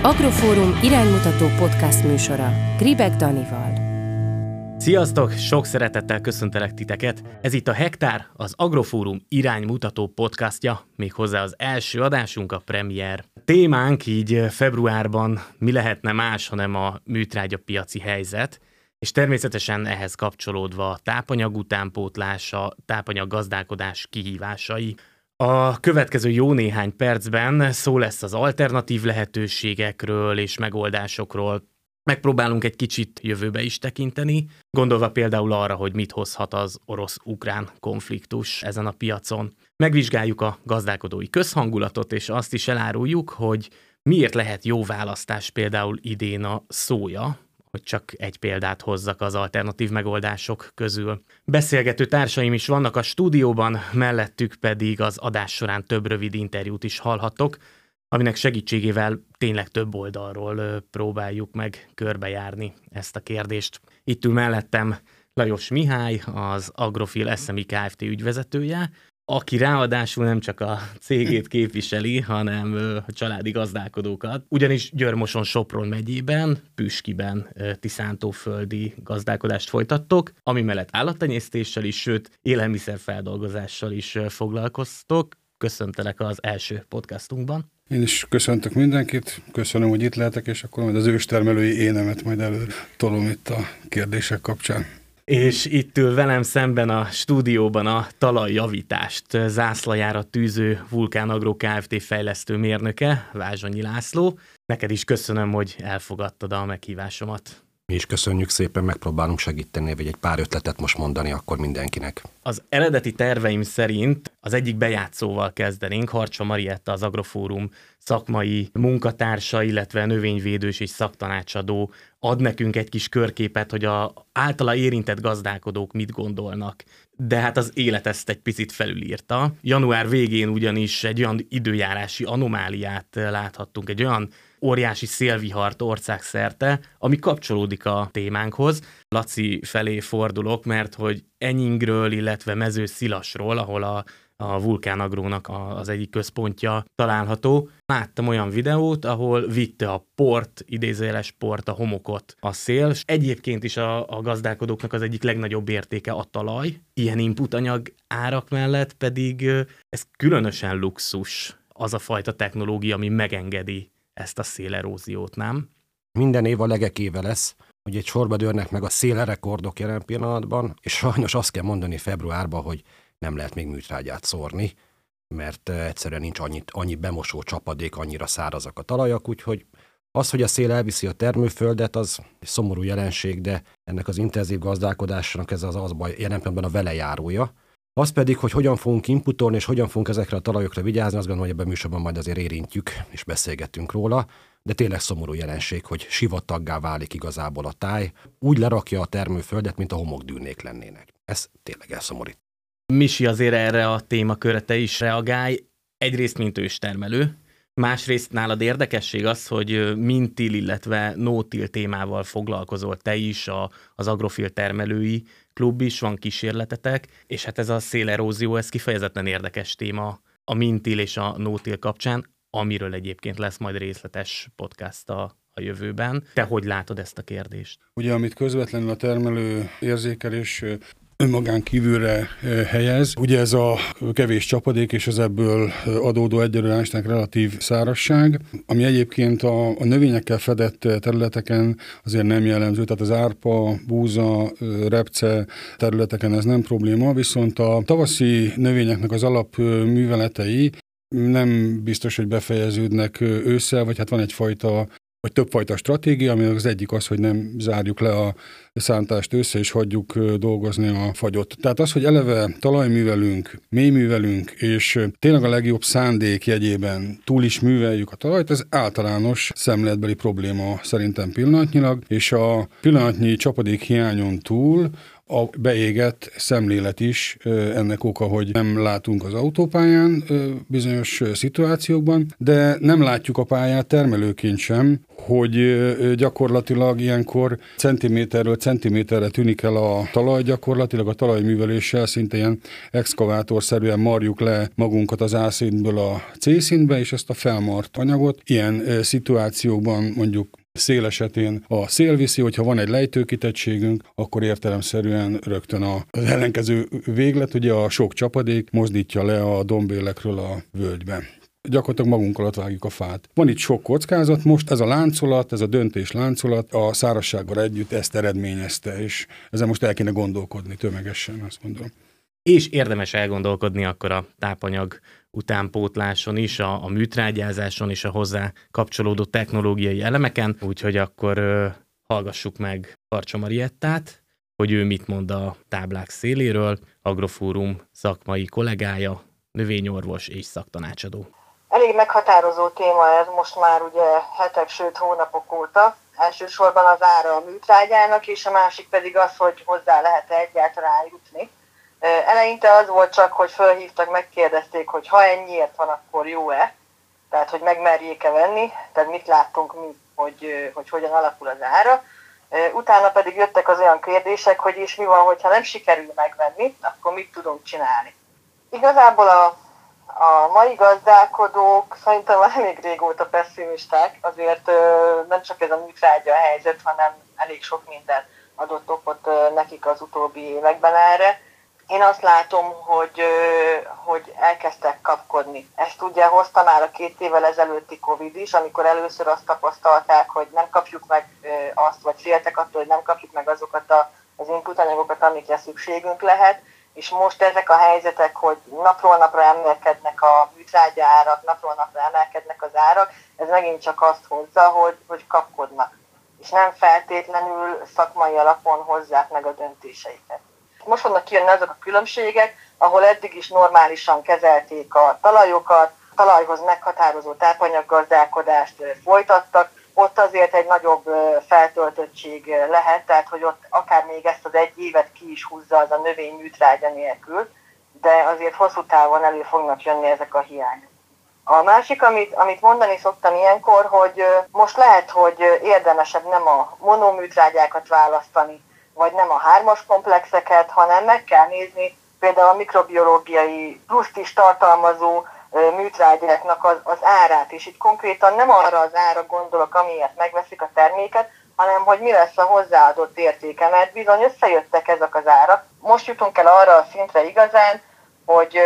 Agrofórum iránymutató podcast műsora Gribek Danival. Sziasztok! Sok szeretettel köszöntelek titeket. Ez itt a Hektár, az Agrofórum iránymutató podcastja, méghozzá az első adásunk, a premier. Témánk így februárban mi lehetne más, hanem a műtrágyapiaci helyzet, és természetesen ehhez kapcsolódva a tápanyag utánpótlás, a tápanyag gazdálkodás kihívásai. A következő jó néhány percben szó lesz az alternatív lehetőségekről és megoldásokról. Megpróbálunk egy kicsit jövőbe is tekinteni, gondolva például arra, hogy mit hozhat az orosz-ukrán konfliktus ezen a piacon. Megvizsgáljuk a gazdálkodói közhangulatot, és azt is eláruljuk, hogy miért lehet jó választás például idén a szója, hogy csak egy példát hozzak az alternatív megoldások közül. Beszélgető társaim is vannak a stúdióban, mellettük pedig az adás során több rövid interjút is hallhattok, aminek segítségével tényleg több oldalról próbáljuk meg körbejárni ezt a kérdést. Itt ül mellettem Lajos Mihály, az Agrofil SME Kft. Ügyvezetője, aki ráadásul nem csak a cégét képviseli, hanem a családi gazdálkodókat. Ugyanis Győr-Moson-Sopron megyében, Püskiben tiszántóföldi gazdálkodást folytattok, ami mellett állattenyésztéssel is, sőt élelmiszerfeldolgozással is foglalkoztok. Köszöntelek az első podcastunkban. Én is köszöntök mindenkit, köszönöm, hogy itt lehetek, és akkor majd az őstermelői énemet majd előre tolom itt a kérdések kapcsán. És itt ül velem szemben a stúdióban a talajjavítást zászlajára tűző Vulkán Agro Kft. Fejlesztő mérnöke, Vázsonyi László. Neked is köszönöm, hogy elfogadtad a meghívásomat. Mi is köszönjük szépen, megpróbálunk segíteni, vagy egy pár ötletet most mondani akkor mindenkinek. Az eredeti terveim szerint az egyik bejátszóval kezdenénk. Harcsa Marietta, az Agrofórum szakmai munkatársa, illetve növényvédős és szaktanácsadó ad nekünk egy kis körképet, hogy az általa érintett gazdálkodók mit gondolnak. De hát az élet ezt egy picit felülírta. Január végén ugyanis egy olyan időjárási anomáliát láthattunk, egy olyan óriási szélvihart országszerte, ami kapcsolódik a témánkhoz. Laci felé fordulok, mert hogy Enyingről, illetve Mezőszilasról, ahol a Vulkán Agrónak az egyik központja található. Láttam olyan videót, ahol vitte a port, idézőjeles port, a homokot a szél, és egyébként is a gazdálkodóknak az egyik legnagyobb értéke a talaj. Ilyen inputanyag árak mellett pedig ez különösen luxus, az a fajta technológia, ami megengedi ezt a széleróziót, nem? Minden év a legek éve lesz, hogy egy sorba dőlnek meg a szélrekordok jelen pillanatban, és sajnos azt kell mondani februárban, hogy nem lehet még műtrágyát szórni, mert egyszerűen nincs annyi bemosó csapadék, annyira szárazak a talajak, úgyhogy az, hogy a szél elviszi a termőföldet, az egy szomorú jelenség, de ennek az intenzív gazdálkodásnak ez az baj, jelen pillanatban a velejárója. Az pedig, hogy hogyan fogunk inputolni, és hogyan fogunk ezekre a talajokra vigyázni, azt gondolom, hogy ebben a műsorban majd azért érintjük, és beszélgetünk róla, de tényleg szomorú jelenség, hogy sivataggá válik igazából a táj, úgy lerakja a termőföldet, mint a homokdűnék lennének. Ez tényleg elszomorít. Misi, azért erre a témakörre te is reagálj. Egyrészt, mint őstermelő, másrészt nálad érdekesség az, hogy min-till, illetve no-till témával foglalkozol te is, az Agrofil termelői klub is, van kísérletetek, és hát ez a szélerózió, ez kifejezetten érdekes téma a min-till és a no-till kapcsán, amiről egyébként lesz majd részletes podcast a jövőben. Te hogy látod ezt a kérdést? Ugye, amit közvetlenül a termelő érzékel és önmagán kívülre helyez. Ugye ez a kevés csapadék és az ebből adódó egyenlőállásnak relatív szárazság, ami egyébként a növényekkel fedett területeken azért nem jellemző, tehát az árpa, búza, repce területeken ez nem probléma, viszont a tavaszi növényeknek az alapműveletei nem biztos, hogy befejeződnek ősszel, vagy hát van egyfajta vagy többfajta stratégia, ami az egyik az, hogy nem zárjuk le a szántást össze, és hagyjuk dolgozni a fagyot. Tehát az, hogy eleve talajművelünk, mélyművelünk, és tényleg a legjobb szándék jegyében túl is műveljük a talajt, ez általános szemléletbeli probléma szerintem pillanatnyilag, és a pillanatnyi csapadék hiányon túl A beégett szemlélet is ennek oka, hogy nem látunk az autópályán bizonyos szituációkban, de nem látjuk a pályát termelőként sem, hogy gyakorlatilag ilyenkor centiméterről centiméterre tűnik el a talaj, gyakorlatilag a talajműveléssel szinte ilyen exkavátorszerűen marjuk le magunkat az A szintből a C szintbe, és ezt a felmart anyagot ilyen szituációkban mondjuk szél esetén a szél viszi, hogyha van egy lejtőkitettségünk, akkor értelemszerűen rögtön az ellenkező véglet, ugye a sok csapadék mozdítja le a dombélekről a völgybe. Gyakorlatilag magunk alatt vágjuk a fát. Van itt sok kockázat, most ez a láncolat, ez a döntés láncolat a szárazsággal együtt ezt eredményezte, és ezzel most el kéne gondolkodni tömegesen, azt mondom. És érdemes elgondolkodni akkor a tápanyag utánpótláson is, a műtrágyázáson és a hozzá kapcsolódó technológiai elemeken, úgyhogy akkor hallgassuk meg Karcsa Mariettát, hogy ő mit mond a táblák széléről, Agrofórum szakmai kollégája, növényorvos és szaktanácsadó. Elég meghatározó téma ez most már ugye hetek, sőt hónapok óta. Elsősorban az ára a műtrágyának, és a másik pedig az, hogy hozzá lehet-e egyáltalán jutni. Eleinte az volt csak, hogy fölhívtak, megkérdezték, hogy ha ennyiért van, akkor jó-e, tehát hogy megmerjék-e venni, tehát mit láttunk mi, hogy hogyan alakul az ára. Utána pedig jöttek az olyan kérdések, hogy és mi van, hogyha nem sikerül megvenni, akkor mit tudunk csinálni. Igazából a mai gazdálkodók szerintem elég régóta pessimisták, azért nem csak ez a műtrágya a helyzet, hanem elég sok minden adott okot nekik az utóbbi években erre. Én azt látom, hogy elkezdtek kapkodni. Ezt ugye hozta már a 2 évvel ezelőtti Covid is, amikor először azt tapasztalták, hogy nem kapjuk meg azt, vagy féltek attól, hogy nem kapjuk meg azokat az inputanyagokat, amikre szükségünk lehet. És most ezek a helyzetek, hogy napról napra emelkednek a műtrágya árak, napról napra emelkednek az árak, ez megint csak azt hozza, hogy kapkodnak. És nem feltétlenül szakmai alapon hozzák meg a döntéseiket. Most fognak kijönni azok a különbségek, ahol eddig is normálisan kezelték a talajokat, talajhoz meghatározó tápanyaggazdálkodást folytattak, ott azért egy nagyobb feltöltöttség lehet, tehát hogy ott akár még ezt az 1 évet ki is húzza az a növény műtrágya nélkül, de azért hosszú távon elő fognak jönni ezek a hiányok. A másik, amit mondani szoktam ilyenkor, hogy most lehet, hogy érdemesebb nem a monoműtrágyákat választani, vagy nem a 3-as komplexeket, hanem meg kell nézni például a mikrobiológiai pluszt is tartalmazó műtrágyáknak az árát, és itt konkrétan nem arra az ára gondolok, amiért megveszik a terméket, hanem hogy mi lesz a hozzáadott értéke, mert bizony összejöttek ezek az árak. Most jutunk el arra a szintre igazán, hogy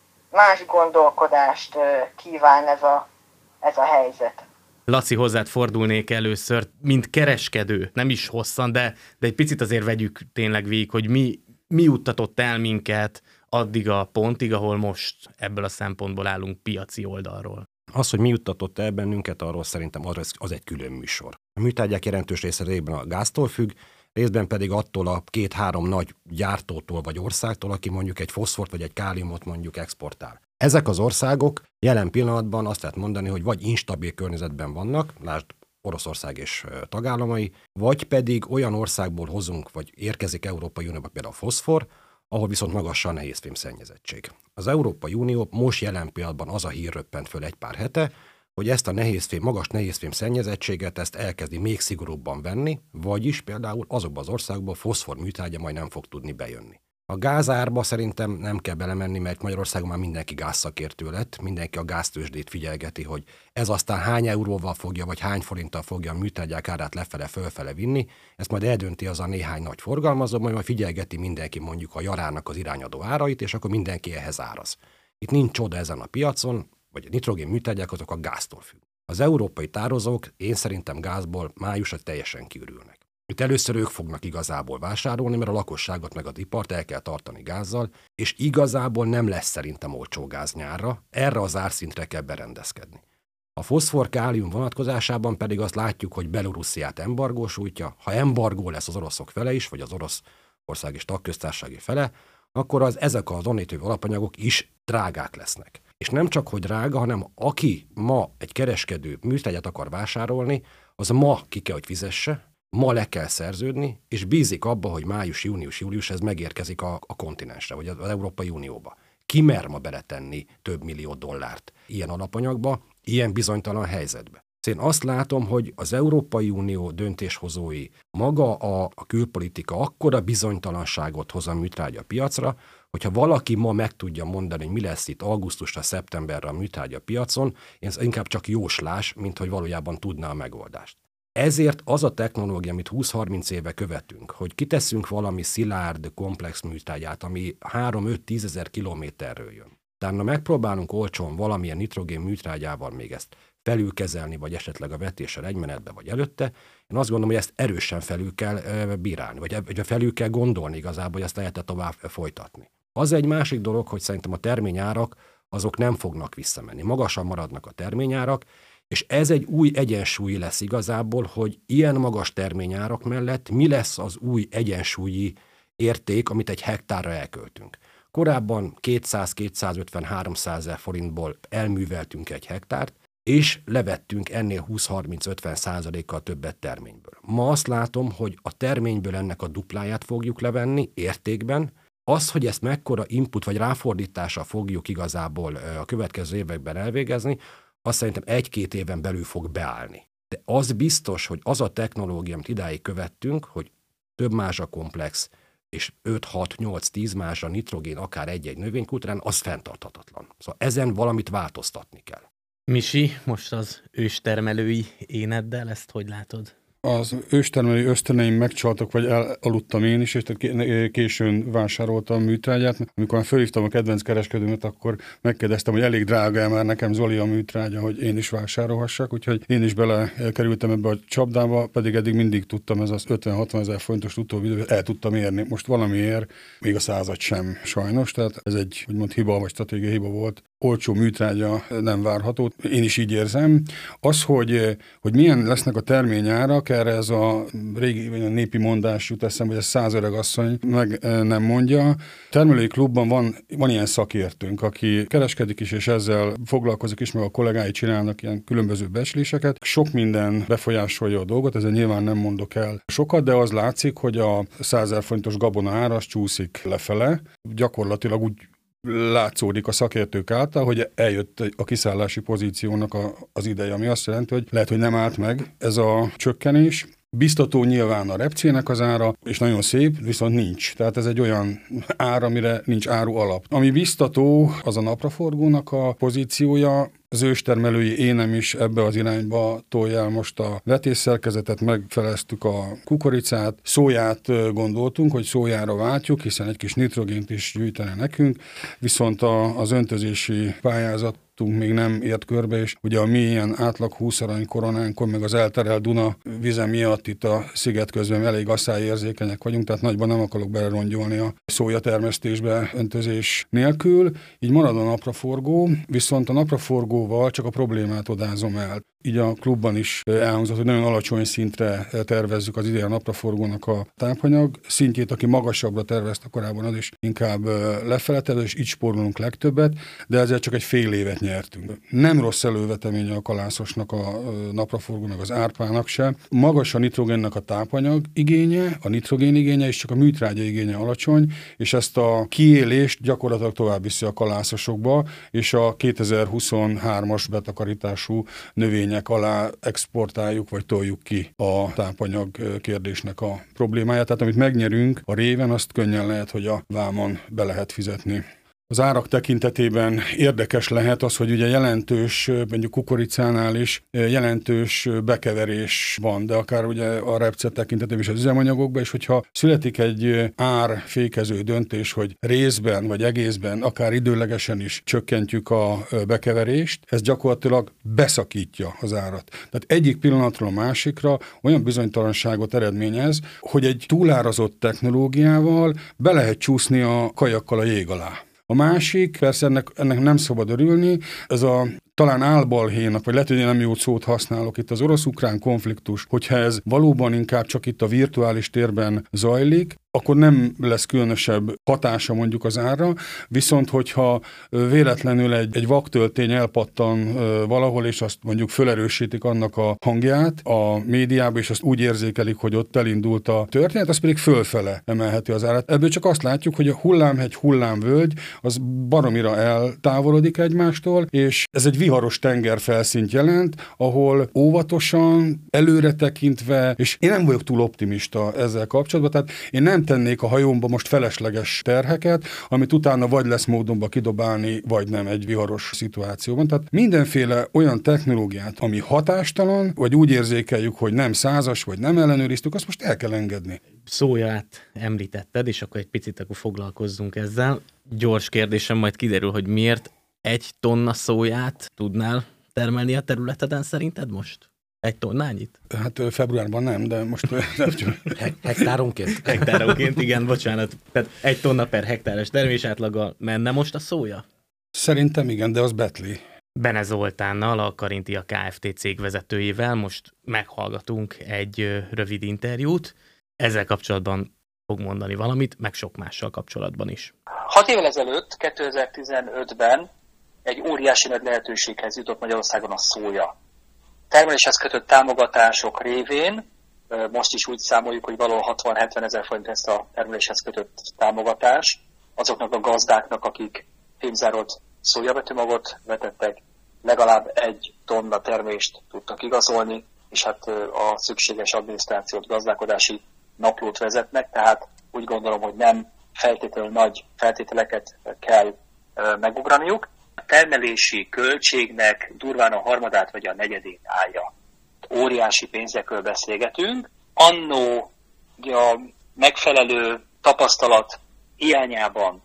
más gondolkodást kíván ez a helyzet. Laci, hozzád fordulnék először, mint kereskedő, nem is hosszan, de egy picit azért vegyük tényleg végig, hogy mi juttatott el minket addig a pontig, ahol most ebből a szempontból állunk piaci oldalról. Az, hogy mi juttatott el bennünket, arról szerintem az egy külön műsor. A műtrágyák jelentős része részben a gáztól függ, részben pedig attól a 2-3 nagy gyártótól vagy országtól, aki mondjuk egy foszfort vagy egy káliumot mondjuk exportál. Ezek az országok jelen pillanatban azt lehet mondani, hogy vagy instabil környezetben vannak, lásd Oroszország és tagállamai, vagy pedig olyan országból hozunk, vagy érkezik Európai Unióba például a foszfor, ahol viszont magas a nehézfém szennyezettség. Az Európai Unió most jelen pillanatban az a hír röppent föl egy pár hete, hogy ezt a magas nehézfém szennyezettséget ezt elkezdi még szigorúbban venni, vagyis például azokban az országokban foszfor műtrágya majd nem fog tudni bejönni. A gázárba szerintem nem kell belemenni, mert Magyarországon már mindenki gázszakértő lett, mindenki a gáztőzsdét figyelgeti, hogy ez aztán hány euróval fogja, vagy hány forinttal fogja a műtrágyák árát lefele-fölfele vinni, ezt majd eldönti az a néhány nagy forgalmazó, majd figyelgeti mindenki mondjuk a jarának az irányadó árait, és akkor mindenki ehhez áraz. Itt nincs csoda ezen a piacon, vagy a nitrogén műtrágyák azok a gáztól függ. Az európai tározók én szerintem gázból májusra teljesen kiürülnek. Itt először ők fognak igazából vásárolni, mert a lakosságot meg az ipart el kell tartani gázzal, és igazából nem lesz szerintem olcsó gáz nyárra, erre az árszintre kell berendezkedni. A foszfor-kálium vonatkozásában pedig azt látjuk, hogy Belorussziát embargó sújtja, ha embargó lesz az oroszok fele is, vagy az Oroszország és tagköztársasági fele, akkor ezek az onnétő alapanyagok is drágák lesznek. És nem csak, hogy drága, hanem aki ma egy kereskedő műtrágyát akar vásárolni, az ma ki kell, hogy fizesse, ma le kell szerződni, és bízik abba, hogy május, június, július ez megérkezik a kontinensre, vagy az Európai Unióba. Ki mer ma beletenni több millió dollárt ilyen alapanyagba, ilyen bizonytalan helyzetbe? Én azt látom, hogy az Európai Unió döntéshozói, maga a külpolitika akkora bizonytalanságot hoz a műtrágya piacra, hogyha valaki ma meg tudja mondani, hogy mi lesz itt augusztusra, szeptemberre a műtrágya piacon, ez inkább csak jóslás, mint hogy valójában tudná a megoldást. Ezért az a technológia, amit 20-30 éve követünk, hogy kiteszünk valami szilárd, komplex műtrágyát, ami 3-5-10 ezer kilométerről jön. Utána megpróbálunk olcsón valamilyen nitrogén műtrágyával még ezt felülkezelni, vagy esetleg a vetéssel egy menetbe, vagy előtte. Én azt gondolom, hogy ezt erősen felül kell bírálni, vagy felül kell gondolni igazából, hogy ezt lehet tovább folytatni. Az egy másik dolog, hogy szerintem a terményárak azok nem fognak visszamenni. Magasan maradnak a terményárak, és ez egy új egyensúly lesz igazából, hogy ilyen magas terményárak mellett mi lesz az új egyensúlyi érték, amit egy hektárra elköltünk. Korábban 200-250-300 ezer forintból elműveltünk egy hektárt, és levettünk ennél 20-30-50%-kal többet terményből. Ma azt látom, hogy a terményből ennek a dupláját fogjuk levenni értékben. Az, hogy ezt mekkora input vagy ráfordítással fogjuk igazából a következő években elvégezni, azt szerintem 1-2 éven belül fog beállni. De az biztos, hogy az a technológia, amit idáig követtünk, hogy több mázsa komplex, és 5-6-8-10 mázsa nitrogén akár egy-egy növénykultúrán, az fenntarthatatlan. Szóval ezen valamit változtatni kell. Misi, most az őstermelői éneddel, ezt hogy látod? Az őstermelői ösztöneim megcsaltak, vagy elaludtam én is, és későn vásároltam műtrágyát. Amikor fölhívtam a kedvenc kereskedőmet, akkor megkérdeztem, hogy elég drága már nekem Zoli a műtrágya, hogy én is vásárolhassak, úgyhogy én is belekerültem ebbe a csapdába, pedig eddig mindig tudtam, ez az 50-60 ezer fontos utóbbi időben el tudtam érni. Most valamiért még a 100-at sem sajnos, tehát ez egy úgymond hiba, vagy stratégiai hiba volt. Olcsó műtrágya nem várható. Én is így érzem. Az, hogy milyen lesznek a terményárak, erre ez a régi népi mondás jut eszembe, hogy ez 100 öreg asszony meg nem mondja. Termelői klubban van ilyen szakértőnk, aki kereskedik is, és ezzel foglalkozik is, meg a kollégái csinálnak ilyen különböző becsléseket. Sok minden befolyásolja a dolgot, ezzel nyilván nem mondok el sokat, de az látszik, hogy a 100 000 forintos gabona ára az csúszik lefele. Gyakorlatilag úgy látszódik a szakértők által, hogy eljött a kiszállási pozíciónak az ideje, ami azt jelenti, hogy lehet, hogy nem állt meg ez a csökkenés. Biztató nyilván a repcének az ára, és nagyon szép, viszont nincs. Tehát ez egy olyan ár, amire nincs áru alap. Ami biztató, az a napraforgónak a pozíciója. Az őstermelői énem is ebbe az irányba tolja el most a vetésszerkezetet, megfeleztük a kukoricát, szóját gondoltunk, hogy szójára váltjuk, hiszen egy kis nitrogént is gyűjtene nekünk, viszont az öntözési pályázat még nem ért körbe, és ugye a mi ilyen átlag 20 arany koronánkon, meg az elterelt Duna vize miatt itt a sziget közben elég asszályérzékenyek vagyunk, tehát nagyban nem akarok belerongyolni a szójatermesztésbe öntözés nélkül. Így marad a napraforgó, viszont a napraforgóval csak a problémát odázom el. Így a klubban is elhangzott, hogy nagyon alacsony szintre tervezzük az idén napraforgónak a tápanyag szintjét, aki magasabbra tervezte korábban, az is inkább lefele tervez, és így spórolunk legtöbbet, de ezzel csak egy fél évet nyertünk. Nem rossz előveteménye a kalászosnak, a napraforgónak, az árpának sem. Magas a nitrogénnek a tápanyag igénye, a nitrogén igénye, és csak a műtrágya igénye alacsony, és ezt a kiélést gyakorlatilag tovább viszi a kalászosokba, és a 2023-as betakarítású növények alá exportáljuk, vagy toljuk ki a tápanyag kérdésnek a problémáját. Tehát amit megnyerünk a réven, azt könnyen lehet, hogy a vámon be lehet fizetni. Az árak tekintetében érdekes lehet az, hogy ugye jelentős, mondjuk kukoricánál is jelentős bekeverés van, de akár ugye a repce tekintetében is az üzemanyagokban, és hogyha születik egy árfékező döntés, hogy részben vagy egészben, akár időlegesen is csökkentjük a bekeverést, ez gyakorlatilag beszakítja az árat. Tehát egyik pillanatról a másikra olyan bizonytalanságot eredményez, hogy egy túlárazott technológiával be lehet csúszni a kajakkal a jég alá. A másik, persze ennek nem szabad örülni, ez a talán álbalhénak, vagy lehet, hogy én nem jó szót használok, itt az orosz-ukrán konfliktus, hogyha ez valóban inkább csak itt a virtuális térben zajlik, akkor nem lesz különösebb hatása mondjuk az árra, viszont hogyha véletlenül egy vaktöltény elpattan valahol, és azt mondjuk fölerősítik annak a hangját a médiában, és azt úgy érzékelik, hogy ott elindult a történet, az pedig fölfele emelheti az árat. Ebből csak azt látjuk, hogy a hullámhegy, hullámvölgy az baromira eltávolodik egymástól, és ez egy viharos tengerfelszínt jelent, ahol óvatosan, előre tekintve, és én nem vagyok túl optimista ezzel kapcsolatban, tehát én nem tennék a hajómba most felesleges terheket, amit utána vagy lesz módonba kidobálni, vagy nem egy viharos szituációban. Tehát mindenféle olyan technológiát, ami hatástalan, vagy úgy érzékeljük, hogy nem százas, vagy nem ellenőriztük, azt most el kell engedni. Szóját említetted, és akkor egy picit akkor foglalkozzunk ezzel. Gyors kérdésem, majd kiderül, hogy miért 1 tonna szóját tudnál termelni a területeden szerinted most? 1 tonnányit? Hát februárban nem, de most... Hektáronként? Hektáronként, igen, bocsánat. Tehát 1 tonna per hektáros termésátlaga menne most a szója? Szerintem igen, de az betli. Bene Zoltánnal, a Carinthia Kft. Cégvezetőjével most meghallgatunk egy rövid interjút. Ezzel kapcsolatban fog mondani valamit, meg sok mással kapcsolatban is. 6 évvel ezelőtt, 2015-ben egy óriási nagy lehetőséghez jutott Magyarországon a szója. Termeléshez kötött támogatások révén, most is úgy számoljuk, hogy valahol 60-70 ezer forint ezt a termeléshez kötött támogatás, azoknak a gazdáknak, akik fémzárolt szójavetőmagot vetettek, legalább 1 tonna termést tudtak igazolni, és hát a szükséges adminisztrációt, gazdálkodási naplót vezetnek, tehát úgy gondolom, hogy nem feltétlenül nagy feltételeket kell megugraniuk. A termelési költségnek durván a harmadát vagy a negyedét állja. Óriási pénzekről beszélgetünk. Annó a megfelelő tapasztalat hiányában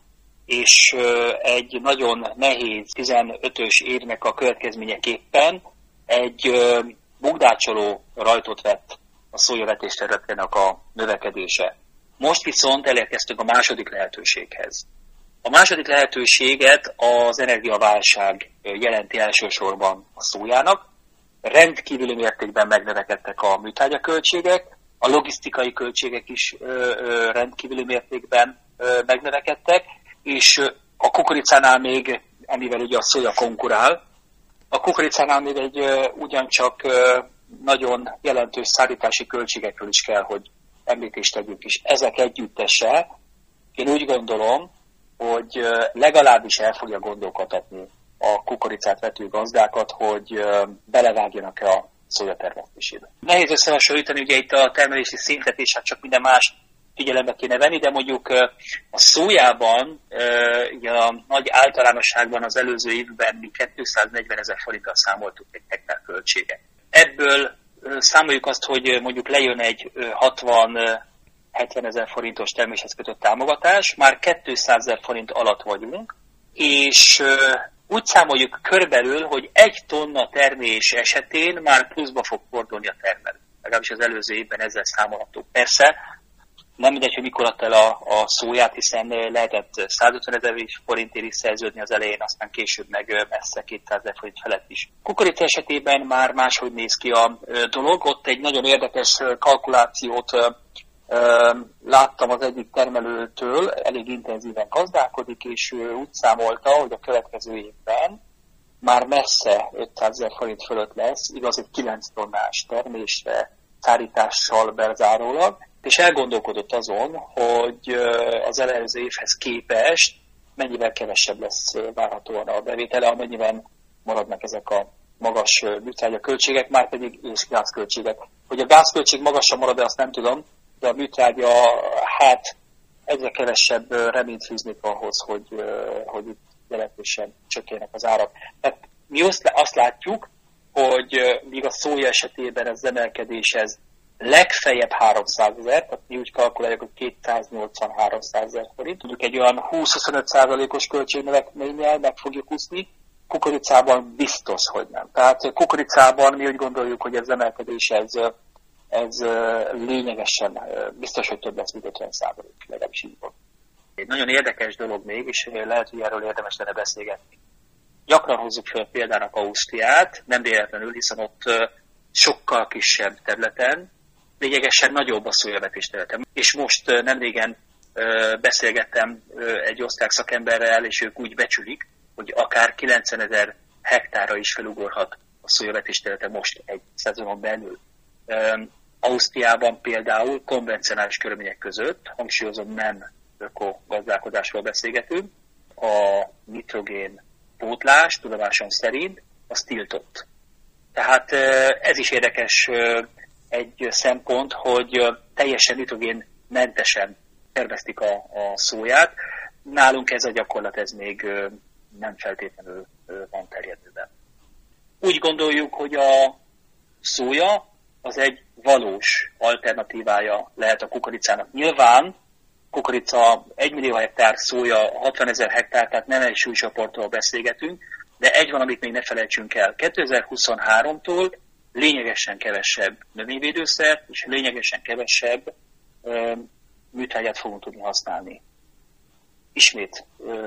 és egy nagyon nehéz 15-ös évnek a következményeképpen egy bukdácsoló rajtot vett a szójavetés területének a növekedése. Most viszont elérkeztünk a második lehetőséghez. A második lehetőséget az energiaválság jelenti elsősorban a szójának. Rendkívüli mértékben megnövekedtek a műtrágyaköltségek, a logisztikai költségek is rendkívüli mértékben megnövekedtek, és a kukoricánál még, amivel ugye a szója konkurál, a kukoricánál még egy ugyancsak nagyon jelentős szállítási költségekről is kell, hogy említést tegyünk is. Ezek együttese, én úgy gondolom, hogy legalábbis el fogja gondolkodtatni a kukoricát vető gazdákat, hogy belevágjanak-e a szója termesztésébe. Nehéz összehasonlítani ugye itt a termelési szintet, és hát csak minden más figyelembe kéne venni, de mondjuk a szójában, ugye a nagy általánosságban az előző évben mi 240 ezer forinttal számoltuk egy hektár költséget. Ebből számoljuk azt, hogy mondjuk lejön egy 60-70 ezer forintos terméshez kötött támogatás, már 200 ezer forint alatt vagyunk, és úgy számoljuk körülbelül, hogy 1 tonna termés esetén már pluszba fog fordulni a termelő. Legalábbis az előző évben ezzel számolhatunk. Persze, nem mindegy, hogy mikor adta el a szóját, hiszen lehetett 150 ezer forintért is szerződni az elején, aztán később meg messze 200 ezer forint felett is. Kukorica esetében már máshogy néz ki a dolog. Ott egy nagyon érdekes kalkulációt láttam az egyik termelőtől, elég intenzíven gazdálkodik, és úgy számolta, hogy a következő évben már messze 500 ezer forint fölött lesz, igaz, egy 9 tonnás termésre, szállítással bezárólag, és elgondolkodott azon, hogy az előző évhez képest mennyivel kevesebb lesz várhatóan a bevétele, amennyiben maradnak ezek a magas műtrágya költségek, már pedig és gázköltségek. Hogy a gázköltség magasan marad, azt nem tudom, de a műtrágya, hát egyre kevesebb reményt fűznék ahhoz, hogy itt jelentősen csökkenjenek az árak. Tehát mi azt látjuk, hogy míg a szója esetében az emelkedéshez legfeljebb 300 ezer, tehát mi úgy kalkuláljuk, hogy 280-300 ezer forint. Tudjuk, egy olyan 20-25%-os költségnövekménnyel meg fogjuk úszni, kukoricában biztos, hogy nem. Tehát kukoricában mi úgy gondoljuk, hogy ez emelkedés, ez lényegesen biztos, hogy több lesz, mint 50%, legalábbis így volt. Egy nagyon érdekes dolog még, és lehet, hogy erről érdemes lenne beszélgetni. Gyakran hozzuk fel példának Ausztriát, nem véletlenül, hiszen ott sokkal kisebb területen, lényegesen nagyobb a szójavetés területen. És most nemrégen beszélgettem egy osztrák szakemberrel, és ők úgy becsülik, hogy akár 90 000 hektárra is felugorhat a szójavetés területe most egy szezonon belül. Ausztriában például konvencionális körülmények között, hangsúlyozom, nem ökogazdálkodásról beszélgetünk, a nitrogén pótlás tudomásom szerint az tiltott. Tehát ez is érdekes egy szempont, hogy teljesen nitrogénmentesen terveztik a szóját. Nálunk ez a gyakorlat, ez még nem feltétlenül van terjedőben. Úgy gondoljuk, hogy a szója az egy valós alternatívája lehet a kukoricának. Nyilván kukorica 1 millió hektár, szója 60 000 hektár, tehát nem egy súlycsoportról beszélgetünk, de egy van, amit még ne felejtsünk el. 2023-tól lényegesen kevesebb növényvédőszert és lényegesen kevesebb műtrágyát fogunk tudni használni. Ismét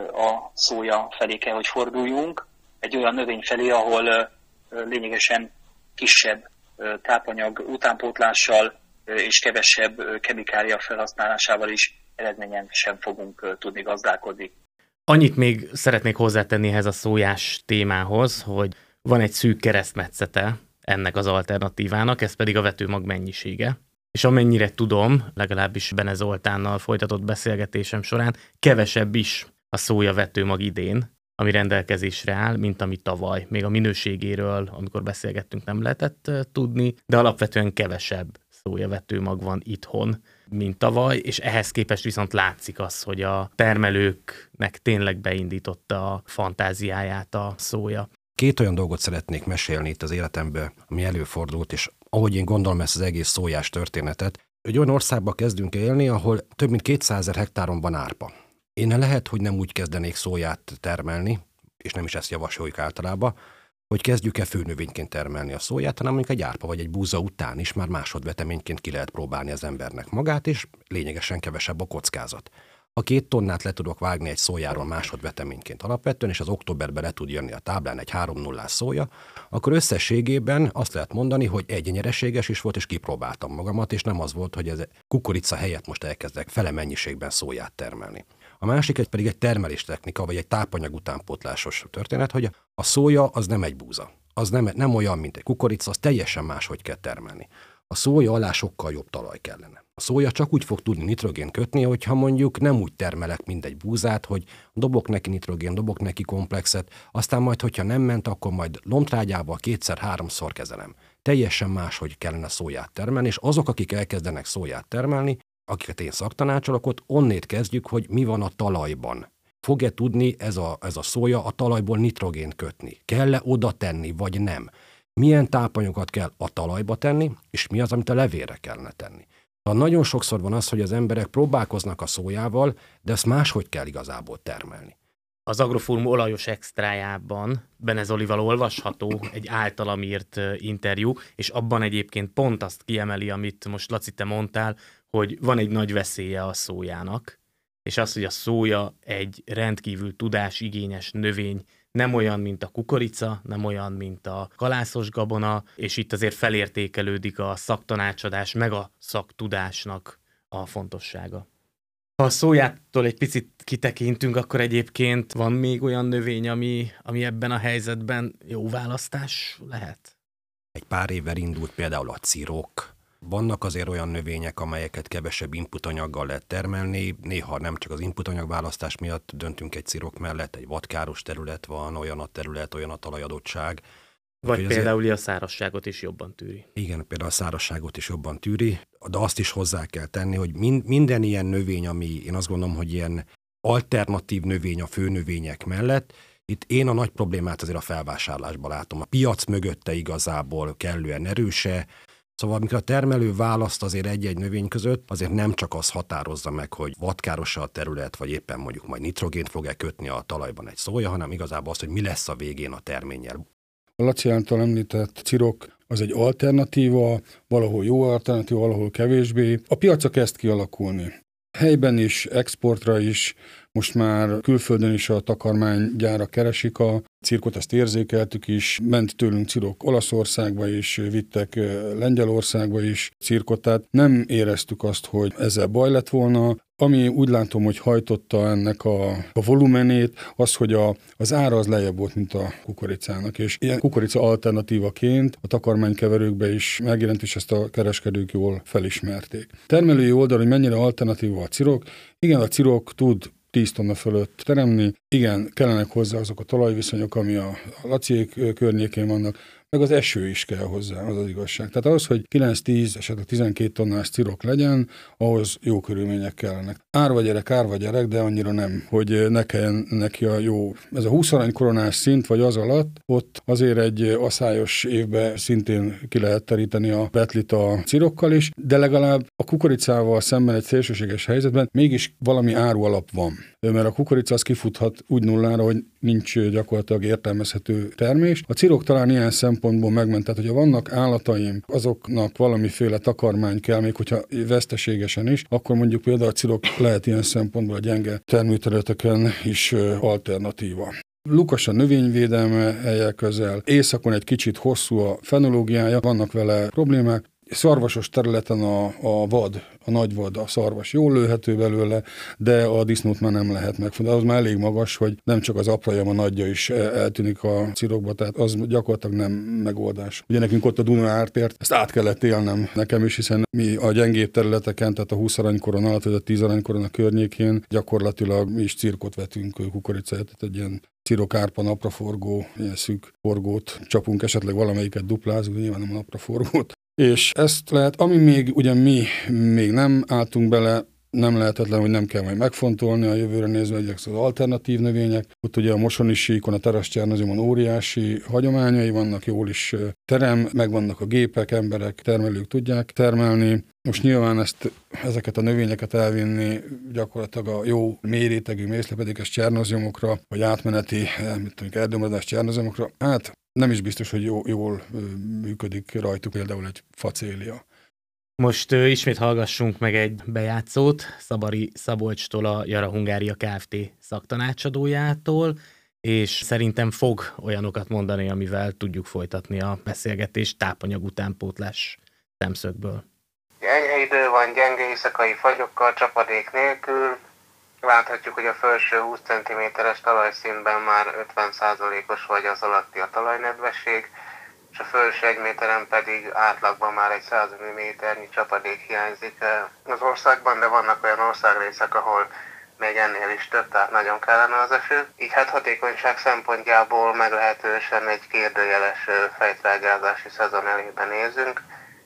a szója felé kell, hogy forduljunk, egy olyan növény felé, ahol lényegesen kisebb tápanyag utánpótlással és kevesebb kemikália felhasználásával is eredményesen fogunk tudni gazdálkodni. Annyit még szeretnék hozzátenni ehhez a szójás témához, hogy van egy szűk keresztmetszete ennek az alternatívának, ez pedig a vetőmag mennyisége. És amennyire tudom, legalábbis Bene Zoltánnal folytatott beszélgetésem során, kevesebb is a szója vetőmag idén, ami rendelkezésre áll, mint ami tavaly. Még a minőségéről, amikor beszélgettünk, nem lehetett tudni, de alapvetően kevesebb szója vetőmag van itthon, mint tavaly, és ehhez képest viszont látszik az, hogy a termelőknek tényleg beindította a fantáziáját a szója. 2 olyan dolgot szeretnék mesélni itt az életemben, ami előfordult, és ahogy én gondolom ezt az egész szójás történetet, egy olyan országba kezdünk élni, ahol több mint 200 000 hektáron van árpa. Én lehet, hogy nem úgy kezdenék szóját termelni, és nem is ezt javasoljuk általában, hogy kezdjük el főnövényként termelni a szóját, hanem mondjuk egy árpa vagy egy búza után is már másodveteményként ki lehet próbálni az embernek magát, és lényegesen kevesebb a kockázat. Ha 2 tonnát le tudok vágni egy szójáról másodveteményként alapvetően, és az októberben le tud jönni a táblán egy 3-0 szója, akkor összességében azt lehet mondani, hogy egy nyereséges is volt, és kipróbáltam magamat, és nem az volt, hogy ez kukorica helyett most elkezdek fele mennyiségben szóját termelni. A másik pedig egy termeléstechnika, vagy egy tápanyag utánpótlásos történet, hogy a szója az nem egy búza. Az nem olyan, mint egy kukorica, az teljesen máshogy kell termelni. A szója alá sokkal jobb talaj kellene. A szója csak úgy fog tudni nitrogén kötni, hogyha mondjuk nem úgy termelek, mint egy búzát, hogy dobok neki nitrogén, dobok neki komplexet, aztán majd, hogyha nem ment, akkor majd lombtrágyával 2-3-szor kezelem. Teljesen máshogy kellene szóját termelni, és azok, akik elkezdenek szóját termelni, akiket én szaktanácsolok, ott onnét kezdjük, hogy mi van a talajban. Fog-e tudni ez a szója a talajból nitrogént kötni? Kell-e oda tenni, vagy nem? Milyen tápanyagokat kell a talajba tenni, és mi az, amit a levélre kellene tenni? Nagyon sokszor van az, hogy az emberek próbálkoznak a szójával, de ezt máshogy kell igazából termelni. Az Agrofórum olajos extrájában Bene Zolival olvasható egy általam írt interjú, és abban egyébként pont azt kiemeli, amit most Laci, te mondtál, hogy van egy nagy veszélye a szójának, és az, hogy a szója egy rendkívül tudásigényes növény, nem olyan, mint a kukorica, nem olyan, mint a kalászos gabona, és itt azért felértékelődik a szaktanácsadás, meg a szaktudásnak a fontossága. Ha a szójától egy picit kitekintünk, akkor egyébként van még olyan növény, ami ebben a helyzetben jó választás lehet? Egy pár évvel indult például a cirok. Vannak azért olyan növények, amelyeket kevesebb inputanyaggal lehet termelni, néha nem csak az inputanyagválasztás miatt döntünk egy cirok mellett, egy vadkáros terület van, olyan a terület, olyan a talajadottság. Vagy például a szárazságot is jobban tűri. Igen, például a szárazságot is jobban tűri, de azt is hozzá kell tenni, hogy minden ilyen növény, ami én azt gondolom, hogy ilyen alternatív növény a főnövények mellett, itt én a nagy problémát azért a felvásárlásban látom. A piac mögötte igazából kellően erőse. Szóval amikor a termelő választ azért egy-egy növény között, azért nem csak az határozza meg, hogy vadkáros a terület, vagy éppen mondjuk majd nitrogént fog-e kötni a talajban egy szója, hanem igazából az, hogy mi lesz a végén a terménnyel. A Laci által említett cirok az egy alternatíva, valahol jó alternatíva, valahol kevésbé. A piaca kezd kialakulni. Helyben is, exportra is, Most már külföldön is a takarmánygyárak keresik a cirkot, ezt érzékeltük is, ment tőlünk cirok Olaszországba is, vittek Lengyelországba is cirkot, tehát nem éreztük azt, hogy ezzel baj lett volna. Ami úgy látom, hogy hajtotta ennek a volumenét, az, hogy az ára az lejjebb volt, mint a kukoricának, és ilyen kukorica alternatívaként a takarmánykeverőkbe is megjelent, és ezt a kereskedők jól felismerték. Termelői oldalon, hogy mennyire alternatíva a cirok, igen, a cirok tud 10 tonna fölött teremni, igen, kellenek hozzá azok a talajviszonyok, ami a Laciék környékén vannak, meg az eső is kell hozzá, az az igazság. Tehát ahhoz, hogy 9-10, esetleg 12 tonnás cirok legyen, ahhoz jó körülmények kellenek. Árva gyerek, de annyira nem, hogy ne kelljen neki a jó. Ez a 20 aranykoronás szint, vagy az alatt, ott azért egy aszályos évben szintén ki lehet teríteni a betlit a cirokkal is, de legalább a kukoricával szemben egy szélsőséges helyzetben mégis valami árualap van. Mert a kukorica az kifuthat úgy nullára, hogy nincs gyakorlatilag értelmezhető termés. A cirok talán ilyen szempontból megment, tehát hogyha vannak állataim, azoknak valamiféle takarmány kell, még hogyha veszteségesen is, akkor mondjuk például a cirok lehet ilyen szempontból a gyenge termőterületeken is alternatíva. Lukas a növényvédelme helyek közel, északon egy kicsit hosszú a fenológiája, vannak vele problémák. Szarvasos területen a nagy vad, a szarvas jól lőhető belőle, de a disznót már nem lehet megfogni. Az már elég magas, hogy nem csak az apraja, a nagyja is eltűnik a cirokba, tehát az gyakorlatilag nem megoldás. Ugye nekünk ott a Duna ártért, ezt át kellett élnem nekem is, hiszen mi a gyengébb területeken, tehát a 20 aranykoron alatt, vagy a 10 aranykoron környékén gyakorlatilag mi is cirkot vetünk, kukoricát, tehát egy ilyen cirokárpa, napraforgó, ilyen szűk forgót csapunk, esetleg valamelyiket duplázunk, nyilván nem a napraforgót. És ezt lehet, ami még, ugye mi még nem álltunk bele, nem lehetetlen, hogy nem kell majd megfontolni a jövőre nézve, hogy az alternatív növények. Ott ugye a mosonisíkon, a teraszcsernozomon óriási hagyományai vannak, jól is terem, megvannak a gépek, emberek, termelők tudják termelni. Most nyilván ezeket a növényeket elvinni gyakorlatilag a jó mélyrétegű mészlepedékes csernozomokra, vagy átmeneti erdőmaradás csernozomokra, hát nem is biztos, hogy jól működik rajtuk például egy facélia. Most ismét hallgassunk meg egy bejátszót Szabari Szabolcstól, a Jara Hungária Kft. Szaktanácsadójától, és szerintem fog olyanokat mondani, amivel tudjuk folytatni a beszélgetést tápanyag utánpótlás szemszögből. Enyhe idő van, gyenge éjszakai fagyokkal, csapadék nélkül. Láthatjuk, hogy a felső 20 cm-es talajszintben már 50%-os vagy az alatti a talajnedvesség, és a felső 1 méteren pedig átlagban már egy 100 mm-nyi csapadék hiányzik az országban, de vannak olyan országrészek, ahol még ennél is több, tehát nagyon kellene az eső. Így hát hatékonyság szempontjából meglehetősen egy kérdőjeles fejtrágázási szezon elébe nézünk,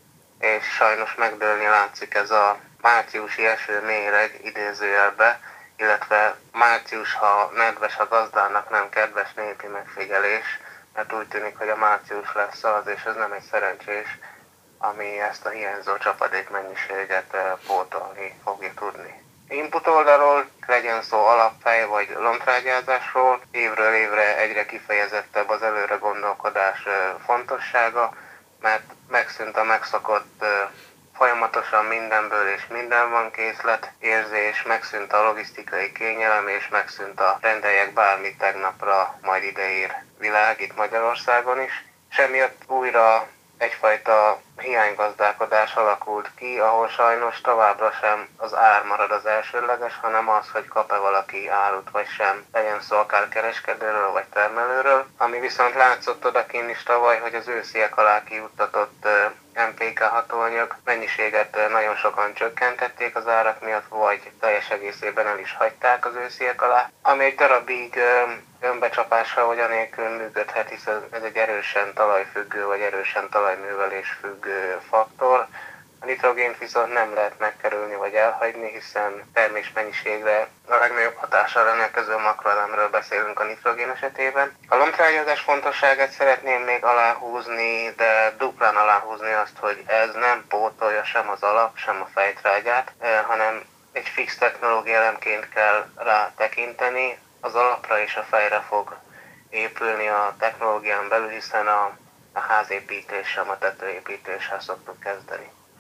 és sajnos megdőlni látszik ez a márciusi eső méreg idézőjelbe, illetve március, ha nedves a gazdának, nem kedves népi megfigyelés, mert úgy tűnik, hogy a március lesz az, és ez nem egy szerencsés, ami ezt a hiányzó csapadék mennyiséget pótolni fogja tudni. Input oldalról legyen szó alapfej vagy lombtrágyázásról, évről évre egyre kifejezettebb az előre gondolkodás fontossága, mert megszűnt a megszokott folyamatosan mindenből és minden van készlet érzés, megszűnt a logisztikai kényelem és megszűnt a rendeljek bármit tegnapra, majd ideér világ itt Magyarországon is. És emiatt újra egyfajta hiánygazdálkodás alakult ki, ahol sajnos továbbra sem az ár marad az elsődleges, hanem az, hogy kap-e valaki árut vagy sem, legyen szó akár kereskedőről vagy termelőről. Ami viszont látszott odakinn is tavaly, hogy az ősziek alá kijuttatott NPK hatóanyag mennyiséget nagyon sokan csökkentették az árak miatt, vagy teljes egészében el is hagyták az ősziek alá, ami egy darabig önbecsapással vagy anélkül működhet, hiszen ez egy erősen talajfüggő vagy erősen talajművelés függő faktor. A nitrogént viszont nem lehet megkerülni vagy elhagyni, hiszen termésmennyiségre a legnagyobb hatással rendelkező makroelemről beszélünk a nitrogén esetében. A lombtrágyázás fontosságát szeretném még aláhúzni, de duplán aláhúzni azt, hogy ez nem pótolja sem az alap, sem a fejtrágyát, hanem egy fix technológia elemként kell rá tekinteni. Az alapra és a fejre fog épülni a technológián belül, hiszen a házépítés sem a tetőépítéssel szoktuk kezdeni.